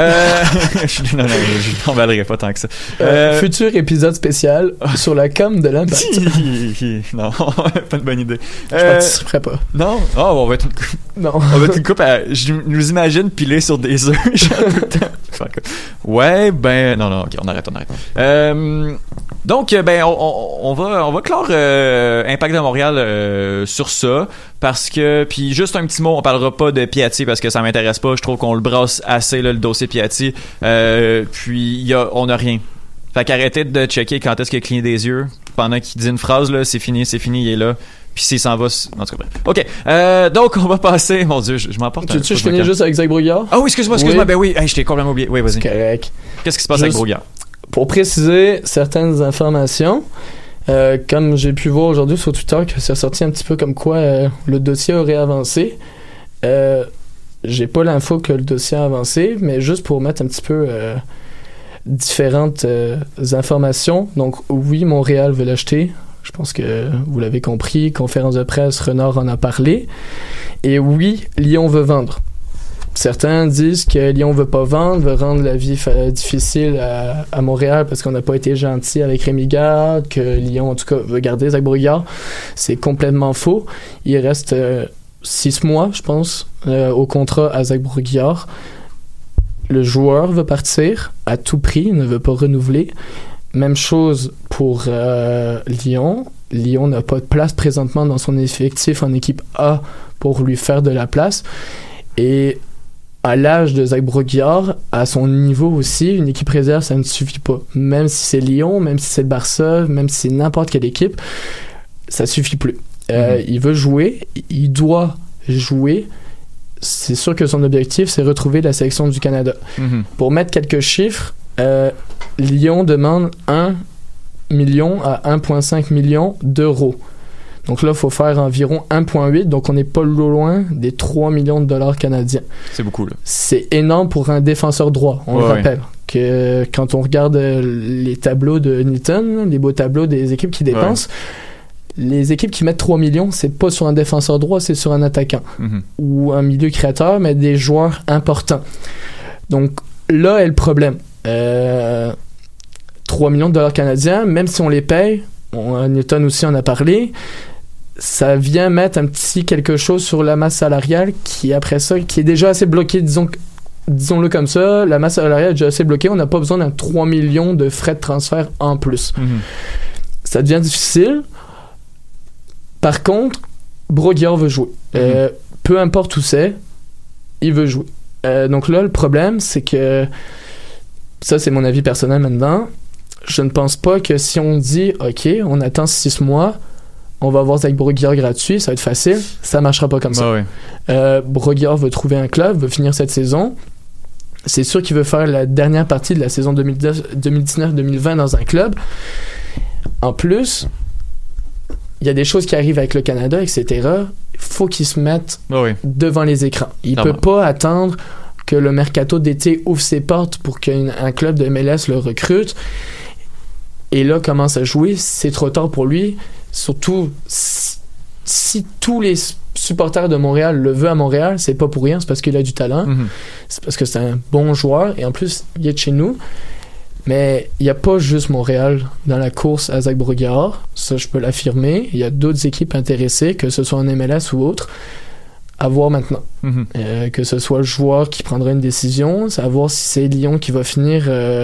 Speaker 9: Je t'emballerai pas tant que ça.
Speaker 10: Futur épisode spécial sur la com de l'Impact.
Speaker 9: Non, pas une bonne idée.
Speaker 10: Je participerai pas.
Speaker 9: Non? On va être une coupe.
Speaker 10: Non.
Speaker 9: On va être une coupe je nous imagine piler sur des œufs. Ouais, ben non, ok, on arrête. Donc, ben on va clore Impact de Montréal sur ça, parce que, puis juste un petit mot, on parlera pas de Piatti parce que ça m'intéresse pas. Je trouve qu'on le brasse assez là, le dossier Piatti. Puis on a rien. Fait qu'arrêtez de checker quand est-ce qu'il a cligné des yeux pendant qu'il dit une phrase là, c'est fini, il est là. Puis s'il s'en va, en tout cas, bref. OK. Donc, on va passer. Mon Dieu, je m'emporte.
Speaker 10: Tu je finis juste avec Zach Brault?
Speaker 9: Ah oui, excuse-moi.
Speaker 10: Oui.
Speaker 9: Ben oui, hey, je t'ai complètement oublié. Oui, vas-y.
Speaker 10: C'est correct.
Speaker 9: Qu'est-ce qui se passe avec Brault?
Speaker 10: Pour préciser certaines informations, comme j'ai pu voir aujourd'hui sur Twitter que c'est ressorti un petit peu comme quoi le dossier aurait avancé. J'ai pas l'info que le dossier a avancé, mais juste pour mettre un petit peu différentes informations. Donc, oui, Montréal veut l'acheter. Je pense que vous l'avez compris. Conférence de presse, Renard en a parlé. Et oui, Lyon veut vendre. Certains disent que Lyon veut pas vendre, veut rendre la vie difficile à Montréal parce qu'on n'a pas été gentil avec Rémi Garde, que Lyon, en tout cas, veut garder Zach Brault. C'est complètement faux. Il reste 6 mois, je pense, au contrat à Zach Brault. Le joueur veut partir à tout prix, il ne veut pas renouveler. Même chose pour Lyon. Lyon n'a pas de place présentement dans son effectif en équipe A pour lui faire de la place. Et à l'âge de Zach Brault, à son niveau aussi, une équipe réserve, ça ne suffit pas. Même si c'est Lyon, même si c'est le Barça, même si c'est n'importe quelle équipe, ça suffit plus. Il veut jouer, il doit jouer. C'est sûr que son objectif, c'est retrouver la sélection du Canada. Pour mettre quelques chiffres, Lyon demande 1 million à 1,5 million d'euros. Donc là, il faut faire environ 1,8, donc on n'est pas loin des 3 millions de dollars canadiens.
Speaker 9: C'est beaucoup, là.
Speaker 10: C'est énorme pour un défenseur droit, on le rappelle. Que quand on regarde les tableaux de Newton, les beaux tableaux des équipes qui dépensent, les équipes qui mettent 3 millions, c'est pas sur un défenseur droit, c'est sur un attaquant. Ou un milieu créateur, mais des joueurs importants. Donc là est le problème. 3 millions de dollars canadiens, même si on les paye, Newton aussi en a parlé, ça vient mettre un petit quelque chose sur la masse salariale qui, après ça, qui est déjà assez bloquée, disons-le comme ça, la masse salariale est déjà assez bloquée, on n'a pas besoin d'un 3 millions de frais de transfert en plus. Ça devient difficile. Par contre, Brault veut jouer. Peu importe où c'est, il veut jouer. Donc là, le problème, c'est que ça, c'est mon avis personnel maintenant. Je ne pense pas que si on dit OK, on attend 6 mois, on va avoir Zach Brault gratuit, ça va être facile, ça marchera pas comme ça. Brault veut trouver un club, veut finir cette saison. C'est sûr qu'il veut faire la dernière partie de la saison 2019-2020 dans un club. En plus, il y a des choses qui arrivent avec le Canada, etc. Il faut qu'il se mette devant les écrans. Il peut pas attendre que le mercato d'été ouvre ses portes pour qu'un club de MLS le recrute. Et là, commence à jouer. C'est trop tard pour lui. Surtout, si tous les supporters de Montréal le veulent à Montréal, c'est pas pour rien. C'est parce qu'il a du talent. C'est parce que c'est un bon joueur. Et en plus, il est de chez nous. Mais il n'y a pas juste Montréal dans la course à Zach Brault. Ça, je peux l'affirmer. Il y a d'autres équipes intéressées, que ce soit en MLS ou autre, à voir maintenant. Que ce soit le joueur qui prendra une décision, c'est à voir si c'est Lyon qui va finir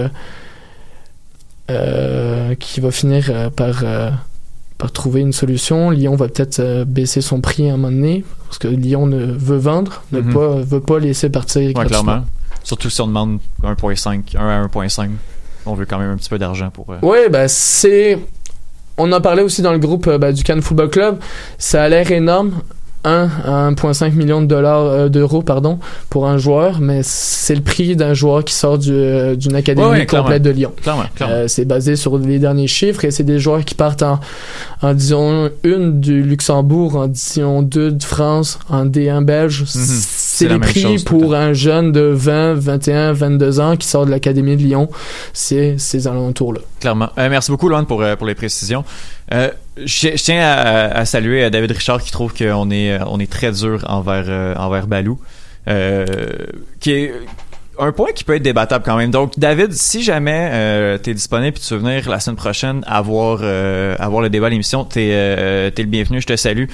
Speaker 10: par trouver une solution. Lyon va peut-être baisser son prix à un moment donné, parce que Lyon veut vendre, veut pas laisser partir gratuitement.
Speaker 9: Clairement. Surtout si on demande 1 à 1,5. On veut quand même un petit peu d'argent pour...
Speaker 10: Oui, ben c'est... On en parlait aussi dans le groupe du Cannes Football Club. Ça a l'air énorme. 1 à 1,5 million d'euros pour un joueur, mais c'est le prix d'un joueur qui sort d'une académie complète de Lyon.
Speaker 9: Clairement.
Speaker 10: C'est basé sur les derniers chiffres et c'est des joueurs qui partent en disons 1 du Luxembourg, en disons 2 de France, en D1 belge. C'est les prix pour un jeune de 20, 21, 22 ans qui sort de l'académie de Lyon. C'est ces alentours-là.
Speaker 9: Clairement. Merci beaucoup, Loan, pour les précisions. Je tiens à saluer David Richard qui trouve qu'on est très dur envers Balou, qui est un point qui peut être débattable quand même. Donc, David, si jamais t'es disponible et tu veux venir la semaine prochaine avoir le débat à l'émission, t'es le bienvenu. Je te salue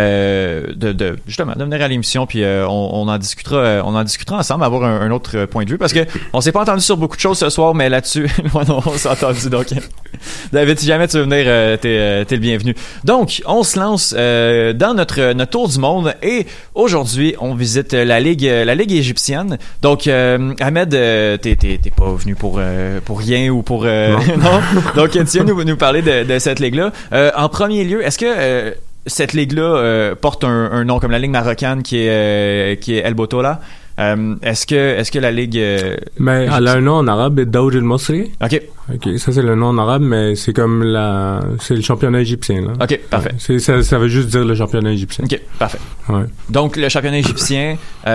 Speaker 9: justement de venir à l'émission, puis on en discutera ensemble, avoir un autre point de vue, parce que on s'est pas entendu sur beaucoup de choses ce soir, mais là-dessus, on s'est entendu. Donc, David, si jamais tu veux venir, t'es le bienvenu. Donc, on se lance dans notre tour du monde, et aujourd'hui, on visite la ligue égyptienne. Donc, Ahmed, t'es pas venu pour rien ou pour non. Donc, tu viens nous parler de cette ligue-là. En premier lieu, est-ce que cette ligue-là porte un nom comme la ligue marocaine qui est El Botola? Est-ce que la ligue
Speaker 11: mais elle a un nom en arabe, Daoud el-Mosri.
Speaker 9: OK,
Speaker 11: ça c'est le nom en arabe, mais c'est comme c'est le championnat égyptien là.
Speaker 9: OK, parfait.
Speaker 11: Ouais, ça veut juste dire le championnat égyptien.
Speaker 9: OK, parfait.
Speaker 11: Ouais.
Speaker 9: Donc le championnat égyptien,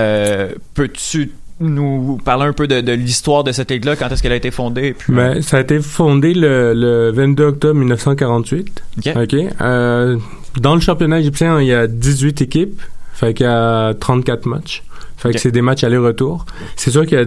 Speaker 9: peux-tu nous parler un peu de l'histoire de cette ligue-là, quand est-ce qu'elle a été fondée? Puis,
Speaker 11: ben, ça a été fondé le 22 octobre 1948. OK. Dans le championnat égyptien, il y a 18 équipes, fait qu'il y a 34 matchs. Fait que c'est des matchs aller-retour. C'est sûr qu'il y a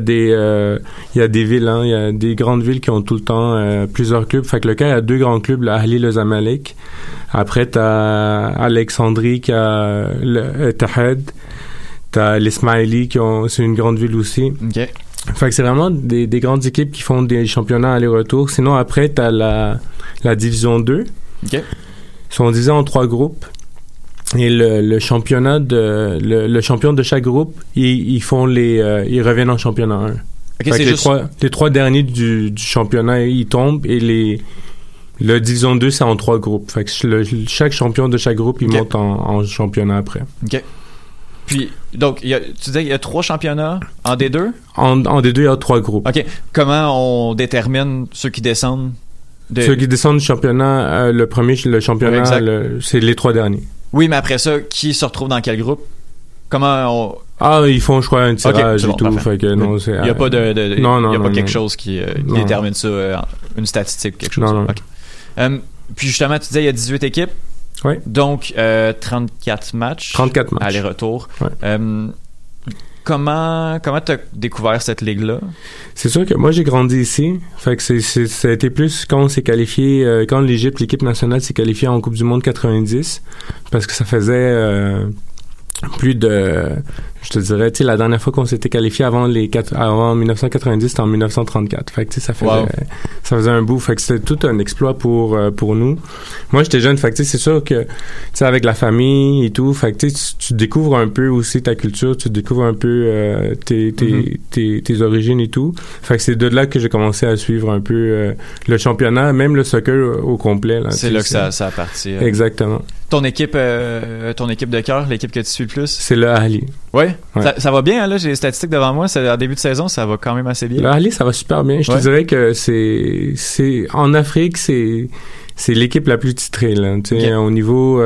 Speaker 11: des villes, hein, il y a des grandes villes qui ont tout le temps plusieurs clubs. Fait que le cas, il y a 2 grands clubs, l'Ahli, le Zamalek. Après, t'as Alexandrie qui a le Etihad. T'as l'Ismaili c'est une grande ville aussi.
Speaker 9: Okay.
Speaker 11: Fait que c'est vraiment des grandes équipes qui font des championnats aller-retour. Sinon, après, t'as la division 2.
Speaker 9: Okay.
Speaker 11: Ils sont divisés en 3 groupes. Et le championnat le champion de chaque groupe, ils reviennent en championnat 1.
Speaker 9: Okay, c'est
Speaker 11: les 3 derniers du championnat, ils tombent, et la division 2, c'est en 3 groupes. Fait que chaque champion de chaque groupe, il monte en championnat après.
Speaker 9: OK. Puis, donc, tu disais qu'il y a 3 championnats en D2?
Speaker 11: En D2, il y a 3 groupes.
Speaker 9: OK. Comment on détermine ceux qui descendent?
Speaker 11: Ceux qui descendent du championnat, le premier, le championnat, c'est les 3 derniers.
Speaker 9: Oui, mais après ça, qui se retrouve dans quel groupe? Comment
Speaker 11: ils font, je crois, un tirage et tout. Fait que non,
Speaker 9: il n'y a pas
Speaker 11: non,
Speaker 9: quelque chose qui détermine ça, une statistique ou quelque chose.
Speaker 11: Non.
Speaker 9: Okay. Puis justement, tu disais, il y a 18 équipes.
Speaker 11: Oui.
Speaker 9: Donc, 34 matchs.
Speaker 11: 34 matchs.
Speaker 9: Aller-retour.
Speaker 11: Ouais.
Speaker 9: Comment t'as découvert cette ligue-là?
Speaker 11: C'est sûr que moi, j'ai grandi ici. Fait que ça a été plus quand on s'est qualifié, quand l'équipe nationale s'est qualifiée en Coupe du Monde 90, parce que ça faisait plus de, je te dirais, tu sais, la dernière fois qu'on s'était qualifié avant 1990, c'était en 1934. Fait que tu sais, ça faisait un bout. Fait que c'était tout un exploit pour nous. Moi, j'étais jeune. Fait que tu sais, c'est sûr que, tu sais, avec la famille et tout, fait que tu découvres un peu aussi ta culture, tu découvres un peu tes origines et tout. Fait que c'est de là que j'ai commencé à suivre un peu le championnat, même le soccer au complet. Là,
Speaker 9: c'est là que ça a parti.
Speaker 11: Exactement.
Speaker 9: Ton équipe de cœur, l'équipe que tu suis le plus?
Speaker 11: C'est le Ahli.
Speaker 9: Ouais. Ça va bien, hein, là, j'ai les statistiques devant moi. C'est en début de saison, ça va quand même assez bien.
Speaker 11: Le Ahli, ça va super bien. Je te dirais que c'est en Afrique, c'est l'équipe la plus titrée, là. Tu sais, au niveau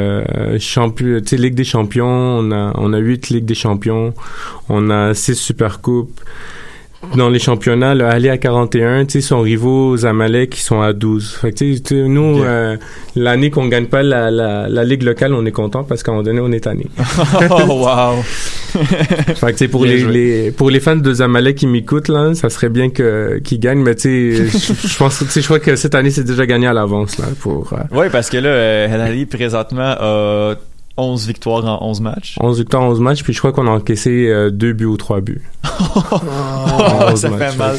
Speaker 11: Ligue des champions, on a 8 Ligues des champions, on a 6 Supercoupes. Dans les championnats, le Ahli à 41, tu sais, son rivaux Zamalek qui sont à 12. Fait que tu sais, nous, l'année qu'on gagne pas la ligue locale, on est content parce qu'à un moment donné, on est tanné.
Speaker 9: Oh, wow!
Speaker 11: Fait que tu sais, pour les fans de Zamalek qui m'écoutent, là, ça serait bien qu'ils gagnent, mais tu sais, je crois que cette année, c'est déjà gagné à l'avance, là,
Speaker 9: Oui, parce que là, El Ahli, présentement, a 11 victoires en 11 matchs.
Speaker 11: 11 victoires en 11 matchs, puis je crois qu'on a encaissé 2 buts ou 3 buts.
Speaker 9: Ça fait mal.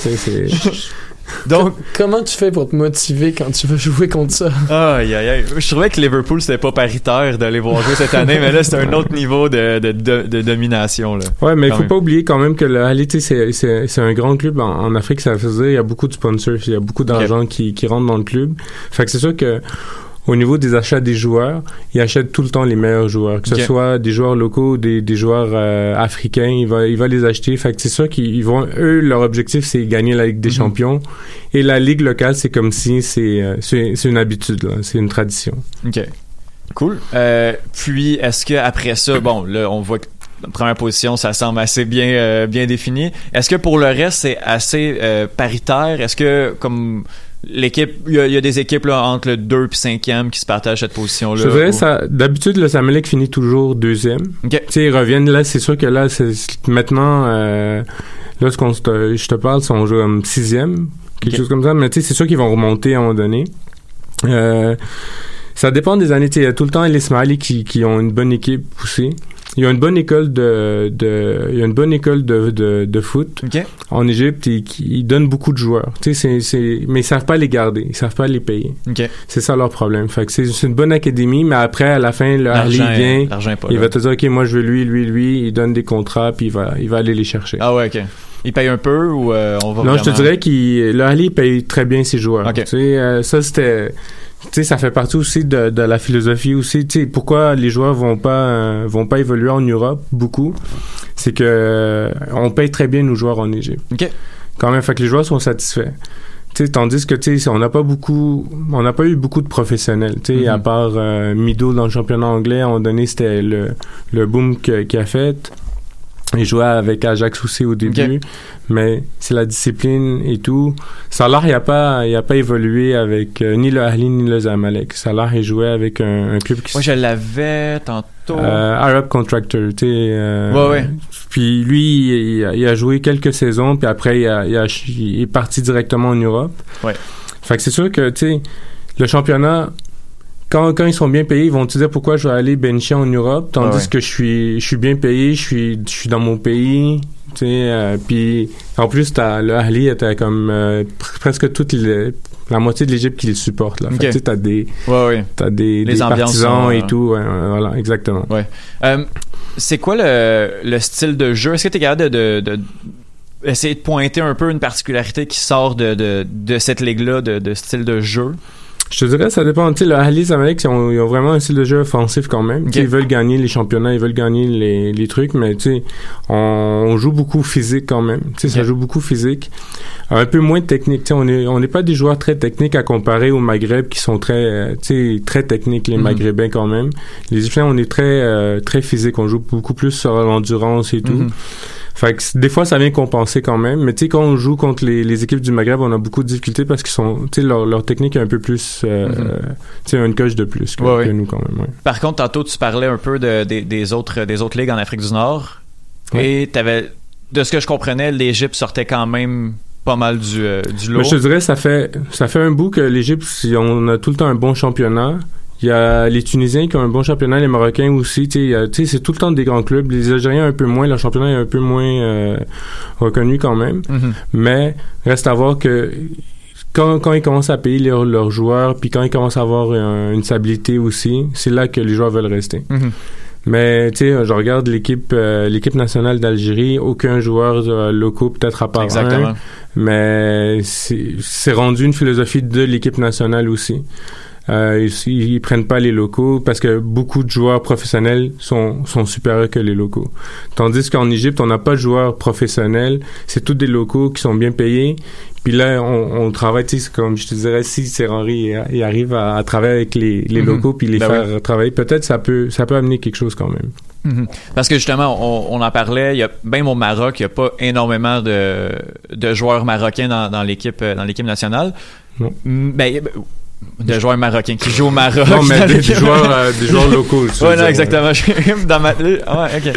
Speaker 10: Donc, comment tu fais pour te motiver quand tu vas jouer contre ça?
Speaker 9: Aïe. Je trouvais que Liverpool, c'était pas paritaire d'aller voir jouer cette année, mais là, c'est un autre niveau de domination, là.
Speaker 11: Ouais, mais il faut pas oublier quand même que le Ahli, c'est un grand club en Afrique, ça veut dire il y a beaucoup de sponsors, il y a beaucoup d'argent qui rentre dans le club. Fait que c'est sûr que au niveau des achats des joueurs, ils achètent tout le temps les meilleurs joueurs, que ce soit des joueurs locaux, des joueurs africains, il va les acheter. Fait que c'est sûr qu'ils vont, eux, leur objectif, c'est gagner la Ligue des champions. Et la Ligue locale, c'est comme si c'est une habitude, là, c'est une tradition.
Speaker 9: OK. Cool. Puis, est-ce que après ça, bon, là, on voit que la première position, ça semble assez bien défini. Est-ce que pour le reste, c'est assez paritaire? Est-ce que, comme l'équipe, il y a des équipes là, entre le 2 et 5e qui se partagent cette position-là?
Speaker 11: Je dirais d'habitude, le Zamalek finit toujours 2e.
Speaker 9: Okay.
Speaker 11: Tu sais, ils reviennent là, c'est sûr que là, maintenant, Là, je te parle, on joue comme 6e, quelque chose comme ça. Mais tu sais, c'est sûr qu'ils vont remonter à un moment donné. Ça dépend des années. Il y a tout le temps les Ismaili qui ont une bonne équipe aussi. Il y a une bonne école de foot en Égypte. Ils donnent beaucoup de joueurs. Mais ils savent pas les garder. Ils savent pas les payer. C'est ça leur problème. Fait que c'est une bonne académie, mais après, à la fin, le Ahly vient. Il va te dire, OK, moi, je veux lui. Il donne des contrats, puis il va aller les chercher.
Speaker 9: Ah ouais, OK. Il paye un peu ou on va
Speaker 11: Non, je te dirais que le Ahly paye très bien ses joueurs. Ça, c'était... Tu sais, ça fait partie aussi de la philosophie aussi. Tu sais, pourquoi les joueurs vont pas évoluer en Europe beaucoup, c'est que on paye très bien nos joueurs en Égypte. Quand même, fait que les joueurs sont satisfaits. Tu sais, tandis que tu sais, on n'a pas eu beaucoup de professionnels. Tu sais, à part Mido dans le championnat anglais, à un moment donné, c'était le boom qu'il a fait. Il jouait avec Ajax aussi au début, mais c'est la discipline et tout. Salah, il a pas évolué avec ni le Ahly ni le Zamalek. Salah, il jouait avec un club qui...
Speaker 9: Moi, je l'avais tantôt.
Speaker 11: Arab Contractor, tu sais. Puis lui, il a joué quelques saisons, puis après, il est parti directement en Europe. Fait que c'est sûr que, tu sais, le championnat... Quand ils sont bien payés, ils vont te dire pourquoi je vais aller bencher en Europe, tandis que je suis bien payé, je suis dans mon pays, tu sais. Puis en plus, le Ahly était comme presque la moitié de l'Égypte qui le supporte là. Fait que, tu sais, t'as des partisans et tout. Voilà, exactement.
Speaker 9: C'est quoi le style de jeu? Est-ce que t'es capable de essayer de pointer un peu une particularité qui sort de cette ligue-là de style de jeu?
Speaker 11: Je te dirais, ça dépend. Tu sais, le Ahly Zamalek, ils ont vraiment un style de jeu offensif quand même. Ils veulent gagner les championnats, ils veulent gagner les trucs, mais tu sais, on joue beaucoup physique quand même. Tu sais, ça joue beaucoup physique. Un peu moins de technique. Tu sais, on n'est pas des joueurs très techniques à comparer au Maghreb qui sont très techniques, les Maghrébins quand même. Les Égyptiens, on est très physique. On joue beaucoup plus sur l'endurance et tout. Fait que des fois, ça vient compenser quand même. Mais tu sais, quand on joue contre les équipes du Maghreb, on a beaucoup de difficultés parce qu'ils sont, tu sais, leur technique est un peu plus, tu sais, une coche de plus que nous quand même.
Speaker 9: Par contre, tantôt, tu parlais un peu des autres ligues en Afrique du Nord. Et de ce que je comprenais, l'Égypte sortait quand même pas mal du lot.
Speaker 11: Mais je te dirais, ça fait un bout que l'Égypte, on a tout le temps un bon championnat. Il y a les Tunisiens qui ont un bon championnat, les Marocains aussi. Tu sais, c'est tout le temps des grands clubs. Les Algériens un peu moins, leur championnat est un peu moins reconnu quand même. Mais reste à voir que quand ils commencent à payer leurs joueurs, puis quand ils commencent à avoir une stabilité aussi, c'est là que les joueurs veulent rester. Mais tu sais, je regarde l'équipe nationale d'Algérie, aucun joueur locaux, peut-être à part un, mais c'est rendu une philosophie de l'équipe nationale aussi. Ils prennent pas les locaux parce que beaucoup de joueurs professionnels sont supérieurs que les locaux. Tandis qu'en Égypte, on n'a pas de joueurs professionnels, c'est tous des locaux qui sont bien payés. Puis là, on travaille, tu sais, comme je te dirais, si Thierry Henry il arrive à travailler avec les locaux puis les faire travailler, peut-être ça peut amener quelque chose quand même.
Speaker 9: Parce que justement, on en parlait, il y a même au Maroc, il n'y a pas énormément de joueurs marocains dans l'équipe nationale.
Speaker 11: Non.
Speaker 9: De joueurs marocains qui jouent au Maroc.
Speaker 11: Non, mais des joueurs locaux.
Speaker 9: Ouais, non, exactement. Dans ma... OK.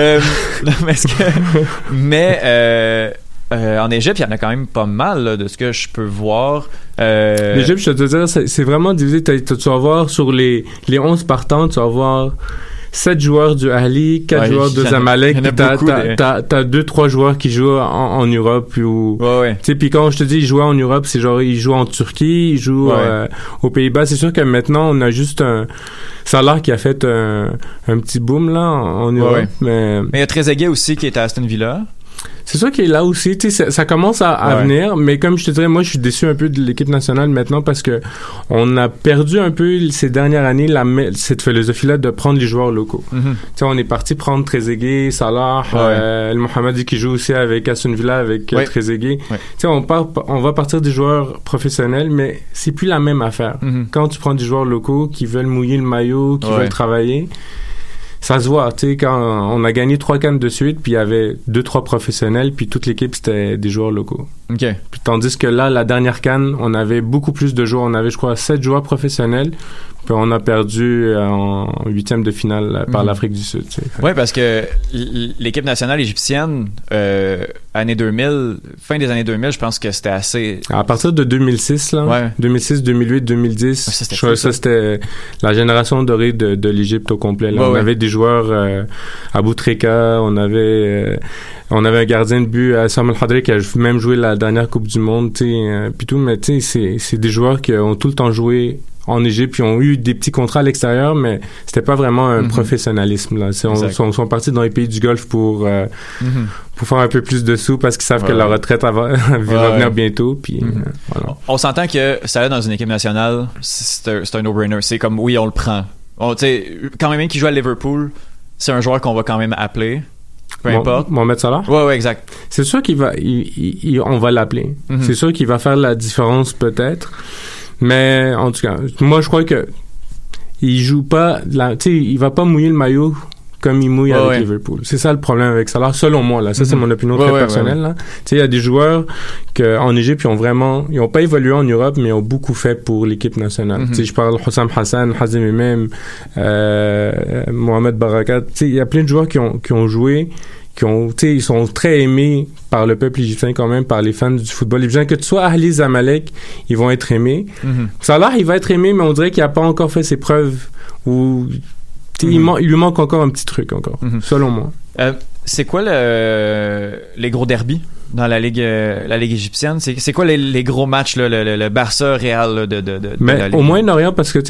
Speaker 9: En Égypte, il y en a quand même pas mal, là, de ce que je peux voir.
Speaker 11: L'Égypte, je te dirais, c'est vraiment divisé. Tu vas voir sur les 11 partants, tu vas voir 7 joueurs du Ahly, 4 joueurs de Zamalek, puis t'as 2-3 joueurs qui jouent en Europe. Puis quand je te dis ils jouent en Europe, c'est genre ils jouent en Turquie, ils jouent aux Pays-Bas. C'est sûr que maintenant on a juste un Salah qui a fait un petit boom là en Europe. Mais
Speaker 9: il y a Trezeguet aussi qui est à Aston Villa.
Speaker 11: C'est sûr qu'il est là aussi, tu sais, ça commence à venir, mais comme je te dirais, moi je suis déçu un peu de l'équipe nationale maintenant parce que on a perdu un peu ces dernières années cette philosophie-là de prendre les joueurs locaux. Tu sais, on est parti prendre Trezeguet, Salah, El Mohammadi qui joue aussi avec Aston Villa avec Trezeguet. Tu sais, on va partir des joueurs professionnels, mais c'est plus la même affaire. Quand tu prends des joueurs locaux qui veulent mouiller le maillot, qui veulent travailler, ça se voit, tu sais, quand on a gagné 3 CAN de suite, puis il y avait 2-3 professionnels, puis toute l'équipe, c'était des joueurs locaux.
Speaker 9: OK.
Speaker 11: Puis tandis que là, la dernière CAN, on avait beaucoup plus de joueurs. On avait, je crois, 7 joueurs professionnels, puis on a perdu en 8e de finale par l'Afrique du Sud.
Speaker 9: Oui, parce que l'équipe nationale égyptienne, année 2000, fin des années 2000, je pense que c'était assez...
Speaker 11: À partir de 2006, là, 2006, 2008, 2010, je crois que ça, c'était la génération dorée de l'Égypte au complet. Là. On avait des joueurs à Boutreka, on avait un gardien de but, Samuel Hadri, qui a même joué la dernière Coupe du Monde, puis tout, mais tu sais, c'est des joueurs qui ont tout le temps joué en Égypte, puis ont eu des petits contrats à l'extérieur, mais c'était pas vraiment un professionnalisme, là. On sont partis dans les pays du Golfe pour faire un peu plus de sous parce qu'ils savent que leur retraite va venir bientôt, puis voilà.
Speaker 9: On s'entend que ça va dans une équipe nationale, c'est un no-brainer. C'est comme, oui, on le prend. Tu sais, quand même qu'il joue à Liverpool, c'est un joueur qu'on va quand même appeler. Peu importe.
Speaker 11: Mohamed Salah?
Speaker 9: Ouais, exact.
Speaker 11: C'est sûr on va l'appeler. C'est sûr qu'il va faire la différence peut-être. Mais, en tout cas, moi, je crois que il joue pas, tu sais, il va pas mouiller le maillot comme il mouille avec Liverpool. C'est ça le problème avec Salah, selon moi, là. Ça, c'est mon opinion très personnelle, là. Tu sais, il y a des joueurs en Égypte, ils ont pas évolué en Europe, mais ils ont beaucoup fait pour l'équipe nationale. Tu sais, je parle Hossam Hassan, Hazem Imam, Mohamed Barakat. Tu sais, il y a plein de joueurs qui ont joué, ils sont très aimés par le peuple égyptien quand même, par les fans du football égyptien. Que tu sois Ahli, Zamalek, ils vont être aimés. Salah, il va être aimé, mais on dirait qu'il n'a pas encore fait ses preuves. Ou il lui manque encore un petit truc encore, selon moi.
Speaker 9: C'est quoi les gros derbys dans la ligue égyptienne? C'est quoi les gros matchs, là, le Barça Real de la ligue?
Speaker 11: Au Moyen-Orient, parce que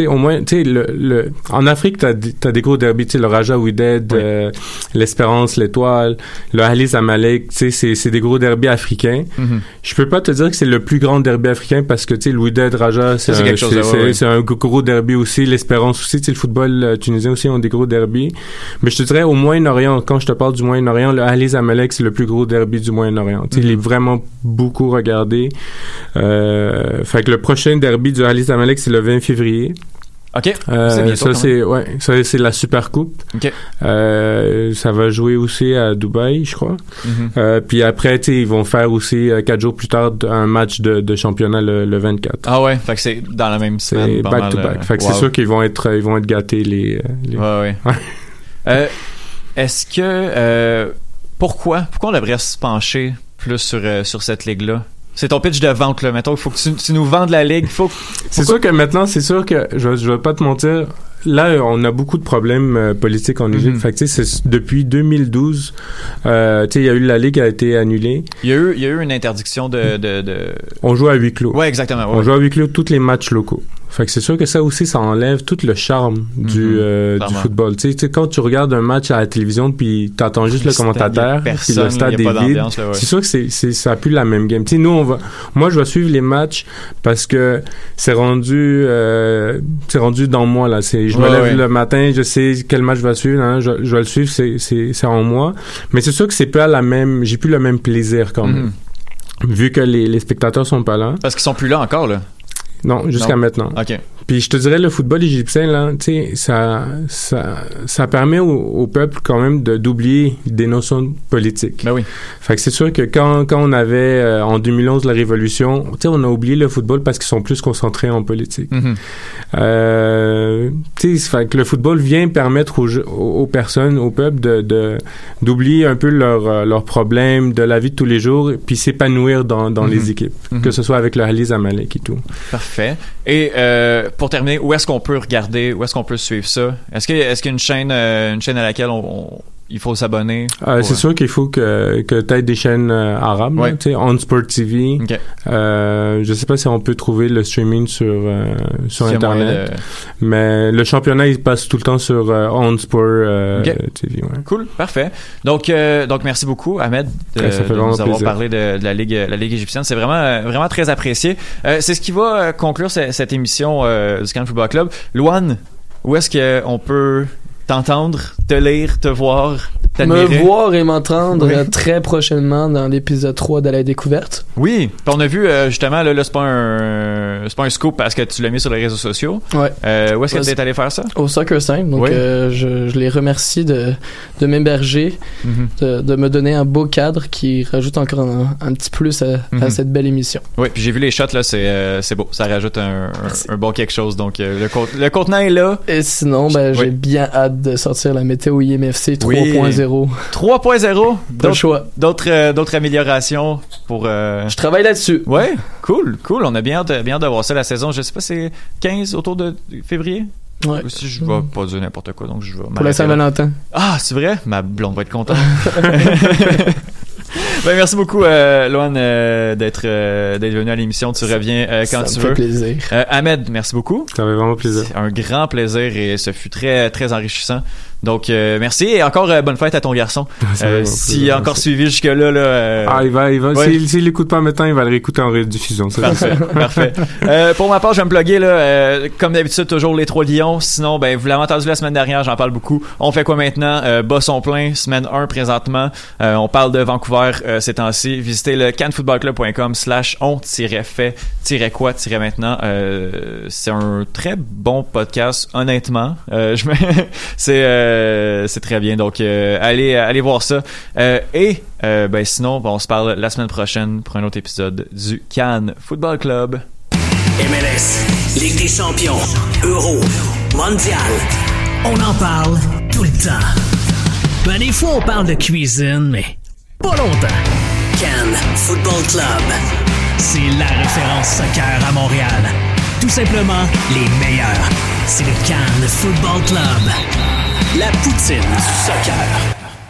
Speaker 11: en Afrique, t'as des gros derbys, le Raja Wydad, l'Espérance, l'Étoile, le Ahli Zamalek, c'est des gros derbys africains. Je peux pas te dire que c'est le plus grand derby africain parce que le Wydad, Raja, c'est un gros derby aussi, l'Espérance aussi, le football tunisien aussi ont des gros derbys. Mais je te dirais au Moyen-Orient, quand je te parle du Moyen-Orient, le Ahli Zamalek, c'est le plus gros derby du Moyen-Orient. Il est vraiment beaucoup regardé. Fait que le prochain derby du Ahli Zamalek, c'est le 20 février.
Speaker 9: OK.
Speaker 11: Ça, c'est la Super Coupe.
Speaker 9: OK.
Speaker 11: Ça va jouer aussi à Dubaï, je crois. Puis après, ils vont faire aussi 4 jours plus tard un match de championnat le 24.
Speaker 9: Ah ouais, fait que c'est dans la même semaine.
Speaker 11: C'est back to back. Fait que c'est sûr qu'ils vont être gâtés les...
Speaker 9: Ouais. Est-ce que pourquoi on devrait se pencher plus sur cette ligue-là? C'est ton pitch de vente, là. Mettons, il faut que tu nous vendes la ligue.
Speaker 11: C'est sûr que maintenant, je vais pas te mentir, là, on a beaucoup de problèmes politiques en Égypte. Fait que, c'est depuis 2012, il y a eu la ligue a été annulée.
Speaker 9: Il y a eu une interdiction de...
Speaker 11: On joue à huis clos.
Speaker 9: Ouais, exactement. Ouais.
Speaker 11: On joue à huis clos tous les matchs locaux. Fait que c'est sûr que ça aussi, ça enlève tout le charme du football. Tu sais, quand tu regardes un match à la télévision puis t'entends juste le commentateur puis le stade est vide, c'est sûr que ça a plus la même game. Tu sais, moi, je vais suivre les matchs parce que c'est rendu dans moi, là. Je me lève le matin, je sais quel match je vais suivre, hein, je vais le suivre, c'est en moi. Mais c'est sûr que c'est pas j'ai plus le même plaisir quand même. Vu que les spectateurs sont pas là.
Speaker 9: Parce qu'ils sont plus là encore, là.
Speaker 11: Non, jusqu'à maintenant.
Speaker 9: OK.
Speaker 11: Puis je te dirais, le football égyptien, là, tu sais, ça permet au peuple quand même d'oublier des notions politiques.
Speaker 9: Ben oui.
Speaker 11: Fait que c'est sûr que quand on avait, en 2011, la révolution, tu sais, on a oublié le football parce qu'ils sont plus concentrés en politique. Tu sais, fait que le football vient permettre aux personnes, au peuple, d'oublier un peu leurs problèmes de la vie de tous les jours, puis s'épanouir dans les équipes, que ce soit avec le Ahli Zamalek et tout.
Speaker 9: Parfait. Et pour terminer, où est-ce qu'on peut regarder, où est-ce qu'on peut suivre ça? Est-ce qu'il y a une chaîne à laquelle il faut s'abonner?
Speaker 11: C'est sûr qu'il faut que tu aies des chaînes arabes, tu sais, On Sport TV.
Speaker 9: Okay.
Speaker 11: Je sais pas si on peut trouver le streaming sur Internet, mais le championnat, il passe tout le temps sur On Sport TV. Ouais.
Speaker 9: Cool, parfait. Donc merci beaucoup, Ahmed, de nous avoir parlé de la ligue égyptienne. C'est vraiment très apprécié. C'est ce qui va conclure cette émission du Cannes Football Club. Louane, où est-ce qu'on peut t'entendre, te lire, te voir,
Speaker 10: me voir et m'entendre très prochainement dans l'épisode 3 de la découverte.
Speaker 9: Oui, puis on a vu justement là c'est pas un scoop parce que tu l'as mis sur les réseaux sociaux.
Speaker 10: Ouais.
Speaker 9: Où est-ce que tu es allé faire ça?
Speaker 10: Au Soccer 5. Donc je les remercie de m'héberger, de me donner un beau cadre qui rajoute encore un petit plus à cette belle émission.
Speaker 9: Oui, puis j'ai vu les shots là, c'est beau, ça rajoute un bon quelque chose. Donc le contenant est là.
Speaker 10: Et sinon j'ai bien hâte de sortir la météo IMFC 3.0.
Speaker 9: 3.0.
Speaker 10: Pas le choix.
Speaker 9: D'autres améliorations pour.
Speaker 10: Je travaille là-dessus.
Speaker 9: Ouais, cool. On a bien hâte de voir ça la saison. Je sais pas, c'est 15 autour de février.
Speaker 10: Ouais.
Speaker 9: Si je vais pas dire n'importe quoi, donc je vais.
Speaker 10: Pour la Saint-Valentin.
Speaker 9: Ah, c'est vrai. Ma blonde va être contente. Ben, merci beaucoup, Loan, d'être venu à l'émission. Tu reviens quand tu veux.
Speaker 10: Ça me fait plaisir.
Speaker 9: Ahmed, merci beaucoup.
Speaker 11: Ça fait vraiment plaisir.
Speaker 9: C'est un grand plaisir et ce fut très, très enrichissant. Donc, merci et encore bonne fête à ton garçon. S'il a encore suivi jusque-là,
Speaker 11: il va. Ouais. S'il l'écoute pas maintenant, il va le réécouter en rediffusion.
Speaker 9: Parfait. Pour ma part, je vais me plugger, là, comme d'habitude, toujours les 3 Lions. Sinon, vous l'avez entendu la semaine dernière, j'en parle beaucoup. On fait quoi maintenant? Bosson plein, semaine 1 présentement. On parle de Vancouver ces temps-ci. Visitez le canfootballclub.com/on-fait-quoi-maintenant. C'est un très bon podcast, honnêtement. C'est très bien, donc allez voir ça. Sinon, on se parle la semaine prochaine pour un autre épisode du Cannes Football Club.
Speaker 8: MLS, Ligue des champions, Euro, Mondial. On en parle tout le temps. Des fois, on parle de cuisine, mais pas longtemps. Cannes Football Club. C'est la référence soccer à Montréal. Tout simplement, les meilleurs. C'est le Cannes Football Club. La poutine du soccer.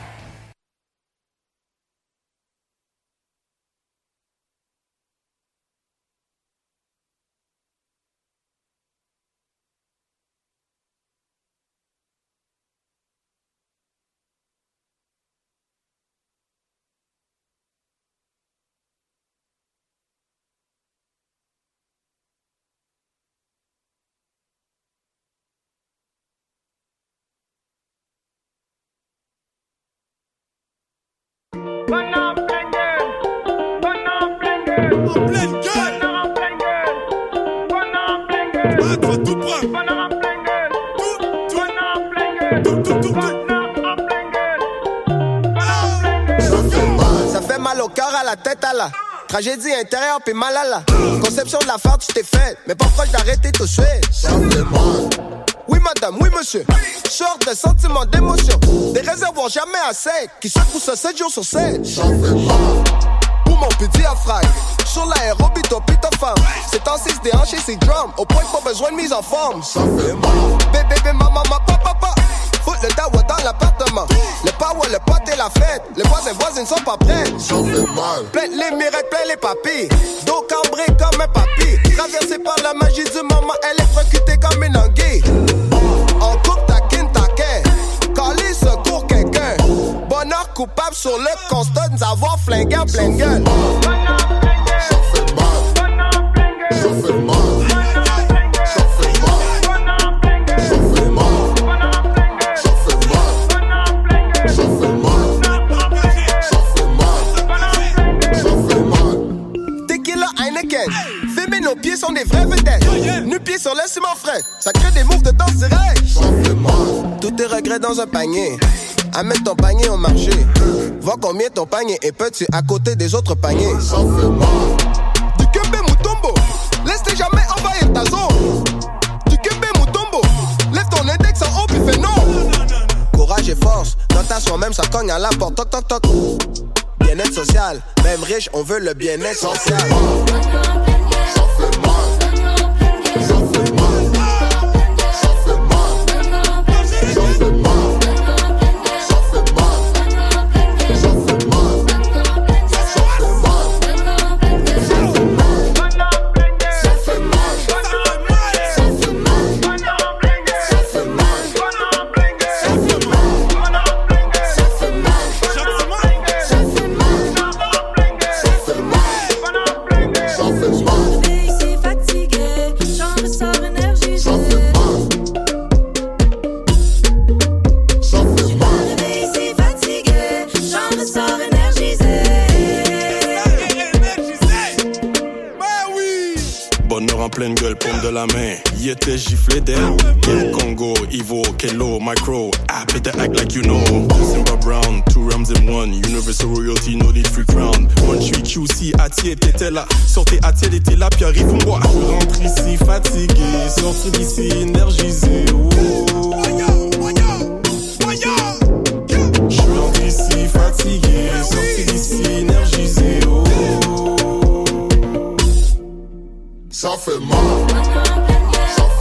Speaker 12: Ça fait mal au cœur, à la tête, à la tragédie intérieure, puis mal à la conception de la farce, tu t'es fait. Mais pas proche d'arrêter tout de suite. Ça fait mal. Oui madame, oui monsieur. Sorte de sentiments, d'émotions. Des réservoirs jamais assez qui secouent ça 7 jours sur 7. Ça fait mal. Pour mon petit diaphragme. Sur l'aérobie, ton femme. C'est en 6 déhanché, c'est drum. Au point pas besoin de mise en forme. Ça fait mal. Bébé, maman, papa. Fout le dawa dans l'appartement. Le power, le pote et la fête. Les voisines sont pas prêts. Ça fait mal. Plein les miracles, plein les papilles. Dos cambré comme un papy. Traversé par la magie du moment, électrocutée comme une anguille. En coupe taquine. Calé secours quelqu'un. Bonheur coupable sur le constat de nous avoir flingué en pleine gueule. Ça fait mal. Ça fait mal. Nos pieds sont des vrais vedettes. Nu-pieds sur le ciment frais. Ça crée des moves de danse direct. Tous tes regrets dans un panier. Amène ton panier au marché. Vois combien ton panier est petit à côté des autres paniers. Ça fait mal. Du Kembe Mutombo. Laisse-les jamais envahir ta zone. Du Kembe Mutombo. Lève ton index en haut puis fais non. Courage et force. Dans ta soi-même ça cogne à la porte. Toc toc toc. Bien-être social. Même riche on veut le bien-être social. Something's
Speaker 13: Bonheur en pleine gueule, paume de la main. Y était giflé d'elle. Game Congo, Evo, Kelo, Micro. Ah, better act like you know. Simba Brown, 2 rounds in 1. Universal royalty, no need free crown. Montreal QC, Atier, t'étais là. Sortez Atier, t'étais là, puis arrive-moi. Je rentre ici fatigué, sorti d'ici énergisé. Je rentre ici fatigué, sorti d'ici énergisé.
Speaker 6: Ça fait mal, ça